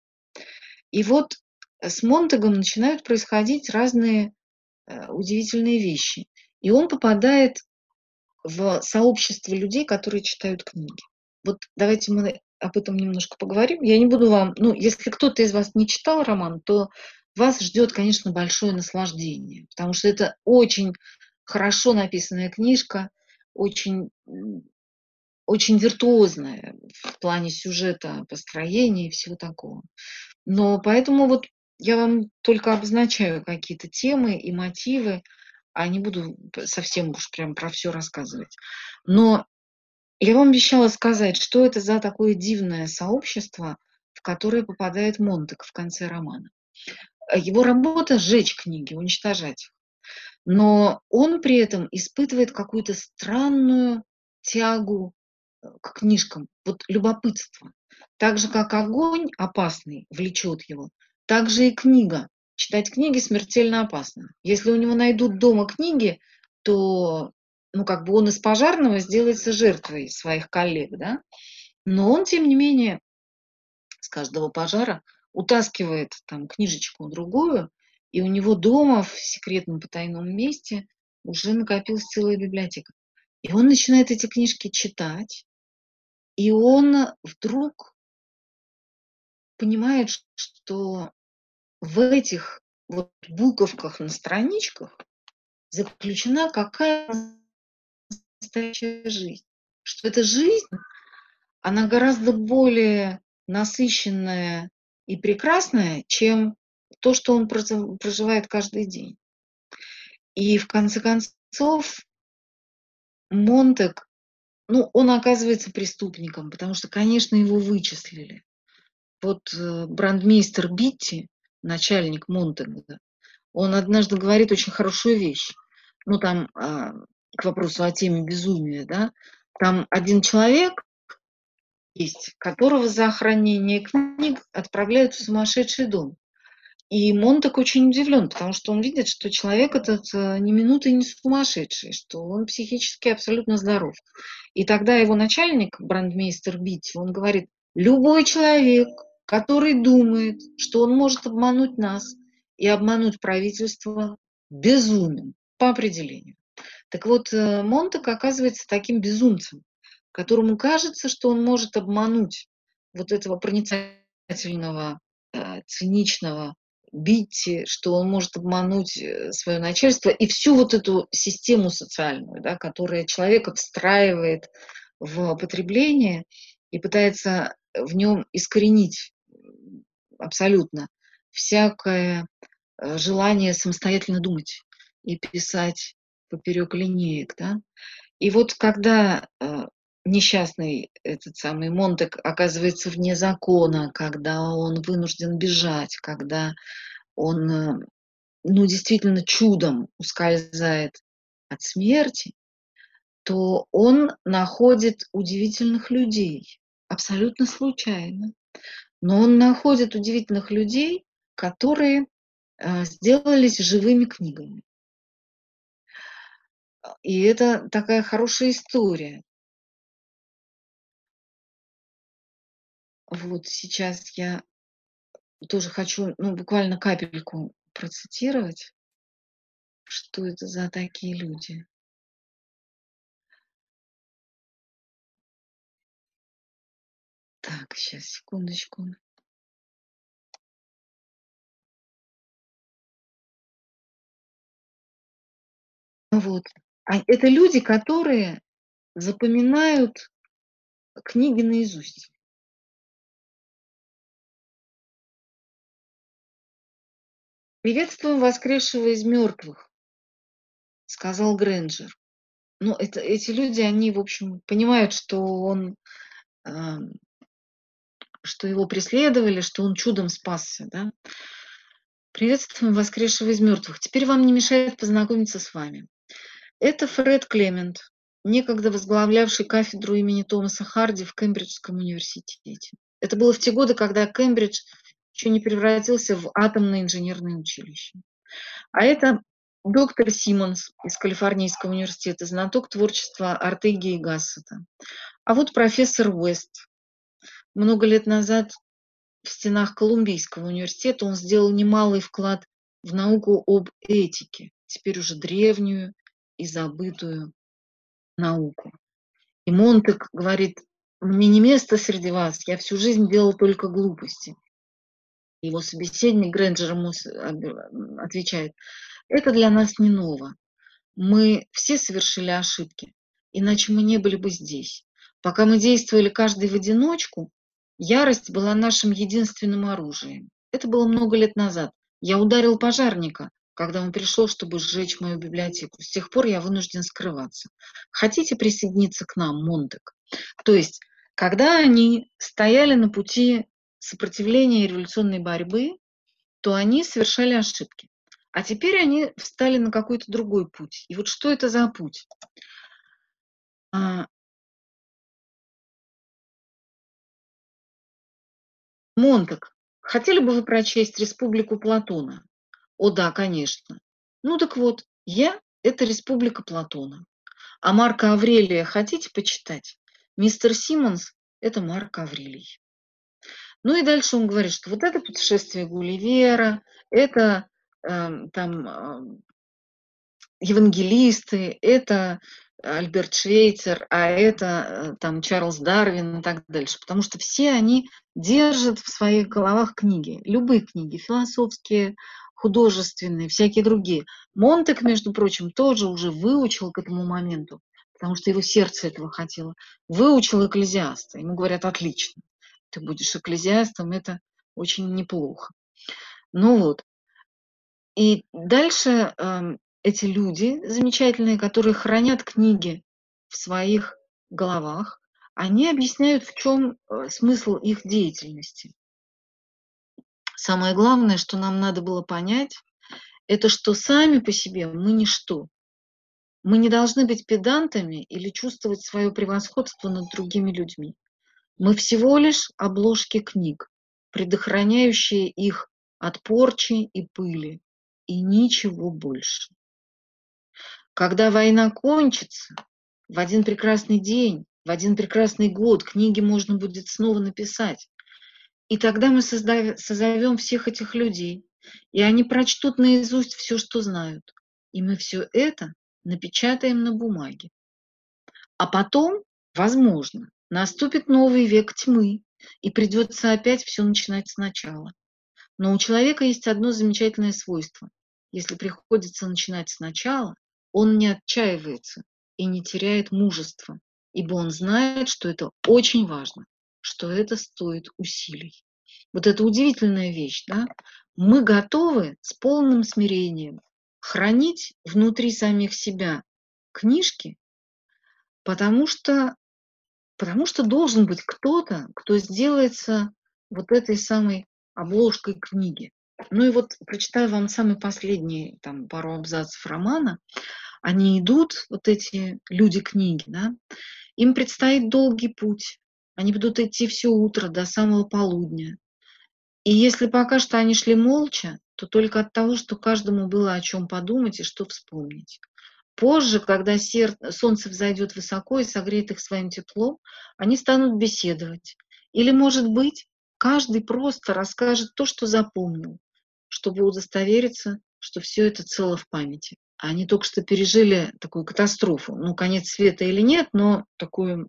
И вот, э, с Монтегом начинают происходить разные, э, удивительные вещи. И он попадает в сообщество людей, которые читают книги. Вот давайте мы об этом немножко поговорим. Я не буду вам ну, если кто-то из вас не читал роман, то вас ждет, конечно, большое наслаждение, потому что это очень хорошо написанная книжка, очень, м, очень виртуозная в плане сюжета, построения и всего такого. Но поэтому вот я вам только обозначаю какие-то темы и мотивы, а не буду п совсем уж прям про всё рассказывать. Но я вам обещала сказать, что это за такое дивное сообщество, в которое попадает Монтег в конце романа. Э, его работа — сжечь книги, уничтожать их. Но он при этом испытывает какую-то странную тягу, э, к книжкам, вот любопытство. Так же, как огонь опасный влечет его, так же и книга. Читать книги смертельно опасно. Если у него найдут дома книги, то, ну, как бы он из пожарного сделается жертвой своих коллег, да. Но он, тем не менее, с каждого пожара утаскивает там книжечку-другую, и у него дома в секретном потайном месте уже накопилась целая библиотека. И он начинает эти книжки читать, и он вдруг понимает, ш что в этих вот буковках на страничках заключена какая-то настоящая жизнь. Что эта жизнь, она гораздо более насыщенная и прекрасная, чем то, что он прозыв проживает каждый день. И в конце концов Монтег, ну, он оказывается преступником, потому что, конечно, его вычислили. Вот, э, брандмейстер Битти, начальник Монтега, он однажды говорит очень хорошую вещь. Ну, там, а, к вопросу о теме безумия, да. Там один человек есть, которого за хранение книг отправляют в сумасшедший дом. И Монтег очень удивлен, потому что он видит, что человек этот, э, ни минуты не сумасшедший, что он психически абсолютно здоров. И тогда его начальник, брандмейстер Битти, он говорит: "Любой человек, который думает, что он может обмануть нас и обмануть правительство, безумен по определению". Так вот, э, Монтег оказывается таким безумцем, которому кажется, что он может обмануть вот этого проницательного, э, циничного Битти, что он может обмануть, э, свое начальство и всю вот эту систему социальную, да, которая человека встраивает в потребление и пытается в нем искоренить, м, абсолютно всякое, э, желание самостоятельно думать и писать поперёк линеек, да. И вот когда, э, несчастный этот самый Монтег оказывается вне закона, когда он вынужден бежать, когда он, э, ну, действительно чудом ускользает от смерти, то он находит удивительных людей абсолютно случайно. Но он находит удивительных людей, которые, э, сделались живыми книгами. А, и это такая хорошая история. Вот сейчас я тоже хочу, ну, буквально капельку процитировать. Что это за такие люди? Так, щас, секундочку. Вот. А это люди, которые запоминают книги наизусть. «Приветствуем воскресшего из мертвых», — сказал Грэнджер. Ну, это эти люди, они, в общем, понимают, что он, ам, что его преследовали, что он чудом спасся, да. «Приветствуем воскресшего из мертвых. Теперь вам не мешает познакомиться с вами. Это Фред Клемент, некогда возглавлявший кафедру имени Томаса Харди в Кембриджском университете. Это было в те годы, когда Кембридж еще не превратился в атомное инженерное училище. А это доктор Симмонс из Калифорнийского университета, знаток творчества Ортеги и Гассета. А вот профессор Уэст. Много лет назад в стенах Колумбийского университета он сделал немалый вклад в науку об этике, теперь уже древнюю и забытую науку. И Монтек говорит: «Мне не место среди вас, я всю жизнь делал только глупости». Его собеседник Грэнджер ему отвечает: «Это для нас не ново. Мы все совершили ошибки, иначе мы не были бы здесь. Пока мы действовали каждый в одиночку, ярость была нашим единственным оружием. Это было много лет назад. Я ударил пожарника, когда он пришел, чтобы сжечь мою библиотеку. С тех пор я вынужден скрываться. Хотите присоединиться к нам, Монтек?» То есть, когда они стояли на пути сопротивления и революционной борьбы, то они совершали ошибки. А теперь они встали на какой-то другой путь. И вот что это за путь? А, Монтек, хотели бы вы прочесть «Республику Платона»? О да, конечно. Ну так вот, я — это «Республика Платона». А Марка Аврелия хотите почитать? Мистер Симмонс — это Марк Аврелий. Ну и дальше он говорит, что вот это «Путешествие Гулливера», это э, там э, евангелисты, это Альберт Швейцер, а это э, там Чарльз Дарвин и так дальше. Потому что все они держат в своих головах книги, любые книги, философские, художественные, всякие другие. Монтек, между прочим, тоже уже выучил к этому моменту, потому что его сердце этого хотело, выучил «Экклезиаста». Ему говорят: отлично, ты будешь экклезиастом, это очень неплохо. Ну вот. И дальше эм, эти люди замечательные, которые хранят книги в своих головах, они объясняют, в чем э, смысл их деятельности. Самое главное, что нам надо было понять, это что сами по себе мы ничто. Мы не должны быть педантами или чувствовать свое превосходство над другими людьми. Мы всего лишь обложки книг, предохраняющие их от порчи и пыли, и ничего больше. Когда война кончится, в один прекрасный день, в один прекрасный год книги можно будет снова написать. И тогда мы создаv- созовем всех этих людей, и они прочтут наизусть все, что знают. И мы все это напечатаем на бумаге. А потом, возможно, наступит новый век тьмы, и придется опять все начинать сначала. Но у человека есть одно замечательное свойство. Если приходится начинать сначала, он не отчаивается и не теряет мужества, ибо он знает, что это очень важно, что это стоит усилий. Вот это удивительная вещь, да? Мы готовы с полным смирением хранить внутри самих себя книжки, потому что, потому что должен быть кто-то, кто сделается вот этой самой обложкой книги. Ну и вот прочитаю вам самый последний, там, пару абзацев романа. Они идут, вот эти люди книги, да, им предстоит долгий путь. Они будут идти все утро до самого полудня. И если пока что они шли молча, то только от того, что каждому было о чем подумать и что вспомнить. Позже, когда сер- солнце взойдет высоко и согреет их своим теплом, они станут беседовать. Или, может быть, каждый просто расскажет то, что запомнил, чтобы удостовериться, что все это цело в памяти. Они только что пережили такую катастрофу. Ну, конец света или нет, но такой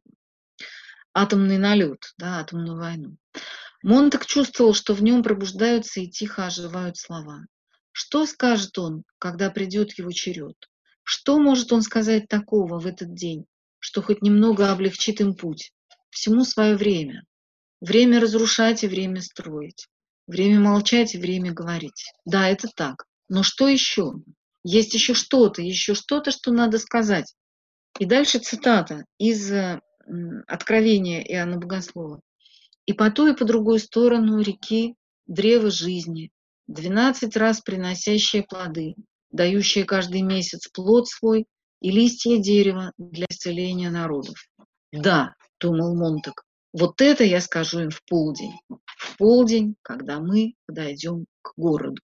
атомный налет, да, атомную войну. Монтек чувствовал, что в нем пробуждаются и тихо оживают слова. Что скажет он, когда придет его черед? Что может он сказать такого в этот день, что хоть немного облегчит им путь? Всему свое время. Время разрушать и время строить. Время молчать и время говорить. Да, это так. Но что еще? Есть еще что-то, еще что-то, что надо сказать. И дальше цитата из э, м, Откровения Иоанна Богослова. «И по ту, и по другую сторону реки древо жизни, двенадцать раз приносящее плоды, дающее каждый месяц плод свой, и листья дерева для исцеления народов». Да, думал Монтак, вот это я скажу им в полдень. В полдень, когда мы подойдем к городу.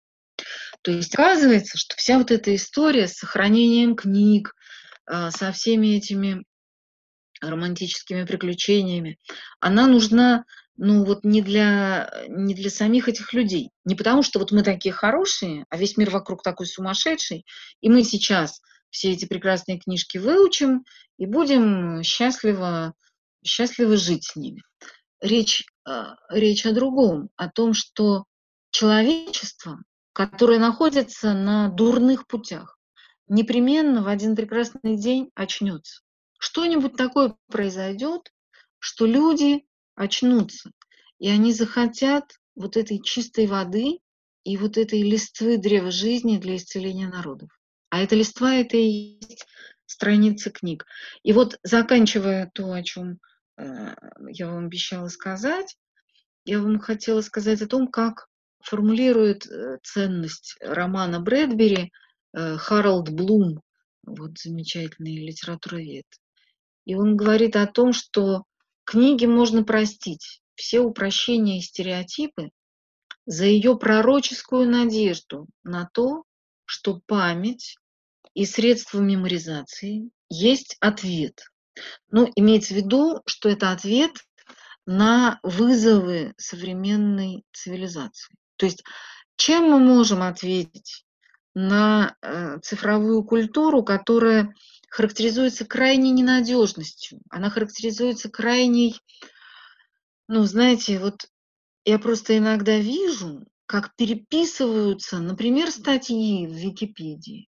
То есть оказывается, что вся вот эта история с сохранением книг, а, со всеми этими романтическими приключениями, она нужна, ну, вот не для, не для самих этих людей. Не потому, что вот мы такие хорошие, а весь мир вокруг такой сумасшедший, и мы сейчас все эти прекрасные книжки выучим и будем счастливо, счастливо жить с ними. Речь, а, речь о другом, о том, что человечество, которое находится на дурных путях, непременно в один прекрасный день очнется. Что-нибудь такое произойдет, что люди очнутся, и они захотят вот этой чистой воды и вот этой листвы древа жизни для исцеления народов. А эта листва — это и есть страницы книг. И вот, заканчивая то, о чем э, я вам обещала сказать, я вам хотела сказать о том, как формулирует э, ценность романа Брэдбери э, Харалд Блум, вот замечательный литературовед. И он говорит о том, что книге можно простить все упрощения и стереотипы за ее пророческую надежду на то, что память и средства меморизации есть ответ. Ну, имеется в виду, что это ответ на вызовы современной цивилизации. То есть чем мы можем ответить на э, цифровую культуру, которая характеризуется крайней ненадежностью, она характеризуется крайней, ну, знаете, вот я просто иногда вижу, как переписываются, например, статьи в Википедии,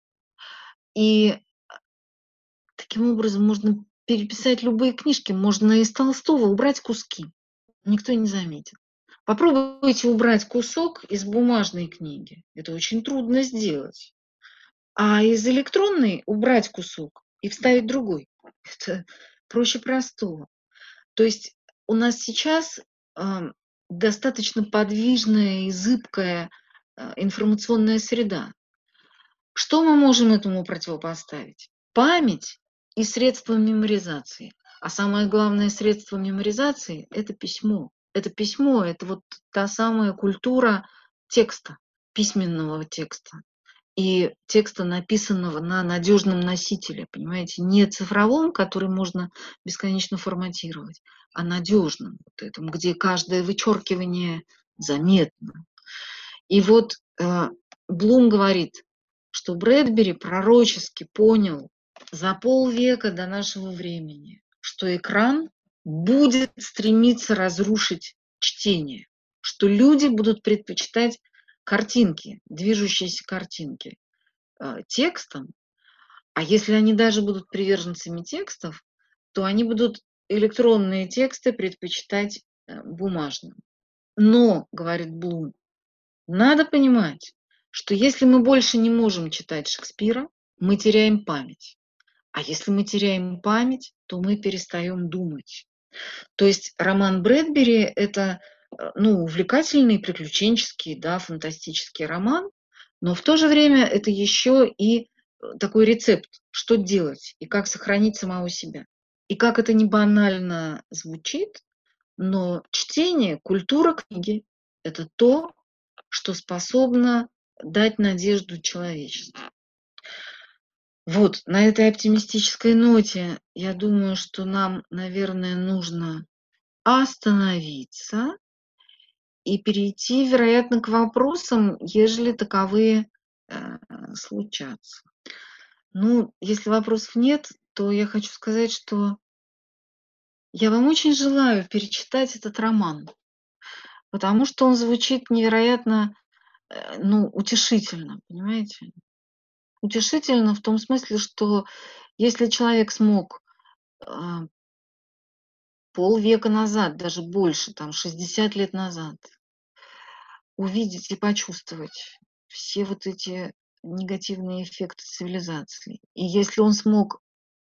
и таким образом можно переписать любые книжки, можно из Толстого убрать куски, никто не заметит. Попробуйте убрать кусок из бумажной книги. Это очень трудно сделать. А из электронной убрать кусок и вставить другой. Это проще простого. То есть у нас сейчас а, достаточно подвижная и зыбкая а, информационная среда. Что мы можем этому противопоставить? Память и средства меморизации. А самое главное средство меморизации – это письмо. Это письмо, это вот та самая культура текста, письменного текста. И текста, написанного на надежном носителе, понимаете, не цифровом, который можно бесконечно форматировать, а надежном, вот этом, где каждое вычеркивание заметно. И вот э, Блум говорит, что Брэдбери пророчески понял за полвека до нашего времени, что экран будет стремиться разрушить чтение, что люди будут предпочитать картинки, движущиеся картинки э, текстом, а если они даже будут приверженцами текстов, то они будут электронные тексты предпочитать э, бумажным. Но, говорит Блум, надо понимать, что если мы больше не можем читать Шекспира, мы теряем память. А если мы теряем память, то мы перестаем думать. То есть роман Брэдбери – это э, ну, увлекательный, приключенческий, да, фантастический роман, но в то же время это еще и э, такой рецепт, что делать и как сохранить самого себя. И как это не банально звучит, но чтение, культура книги – это то, что способно дать надежду человечеству. Вот, на этой оптимистической ноте, я думаю, что нам, наверное, нужно остановиться и перейти, вероятно, к вопросам, ежели таковые э, случатся. Ну, если вопросов нет, то я хочу сказать, что я вам очень желаю перечитать этот роман, потому что он звучит невероятно, э, ну, утешительно, понимаете? Утешительно в том смысле, что если человек смог, а, полвека назад, даже больше, там шестьдесят лет назад увидеть и почувствовать все вот эти негативные эффекты цивилизации, и если он смог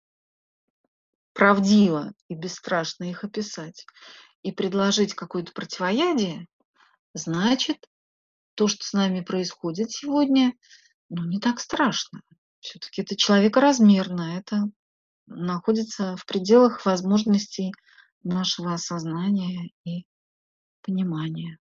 правдиво и бесстрашно их описать и предложить какое-то противоядие, значит, то, что с нами происходит сегодня, ну, не так страшно. Всё-таки это человекоразмерно, это находится в пределах возможностей нашего осознания и понимания.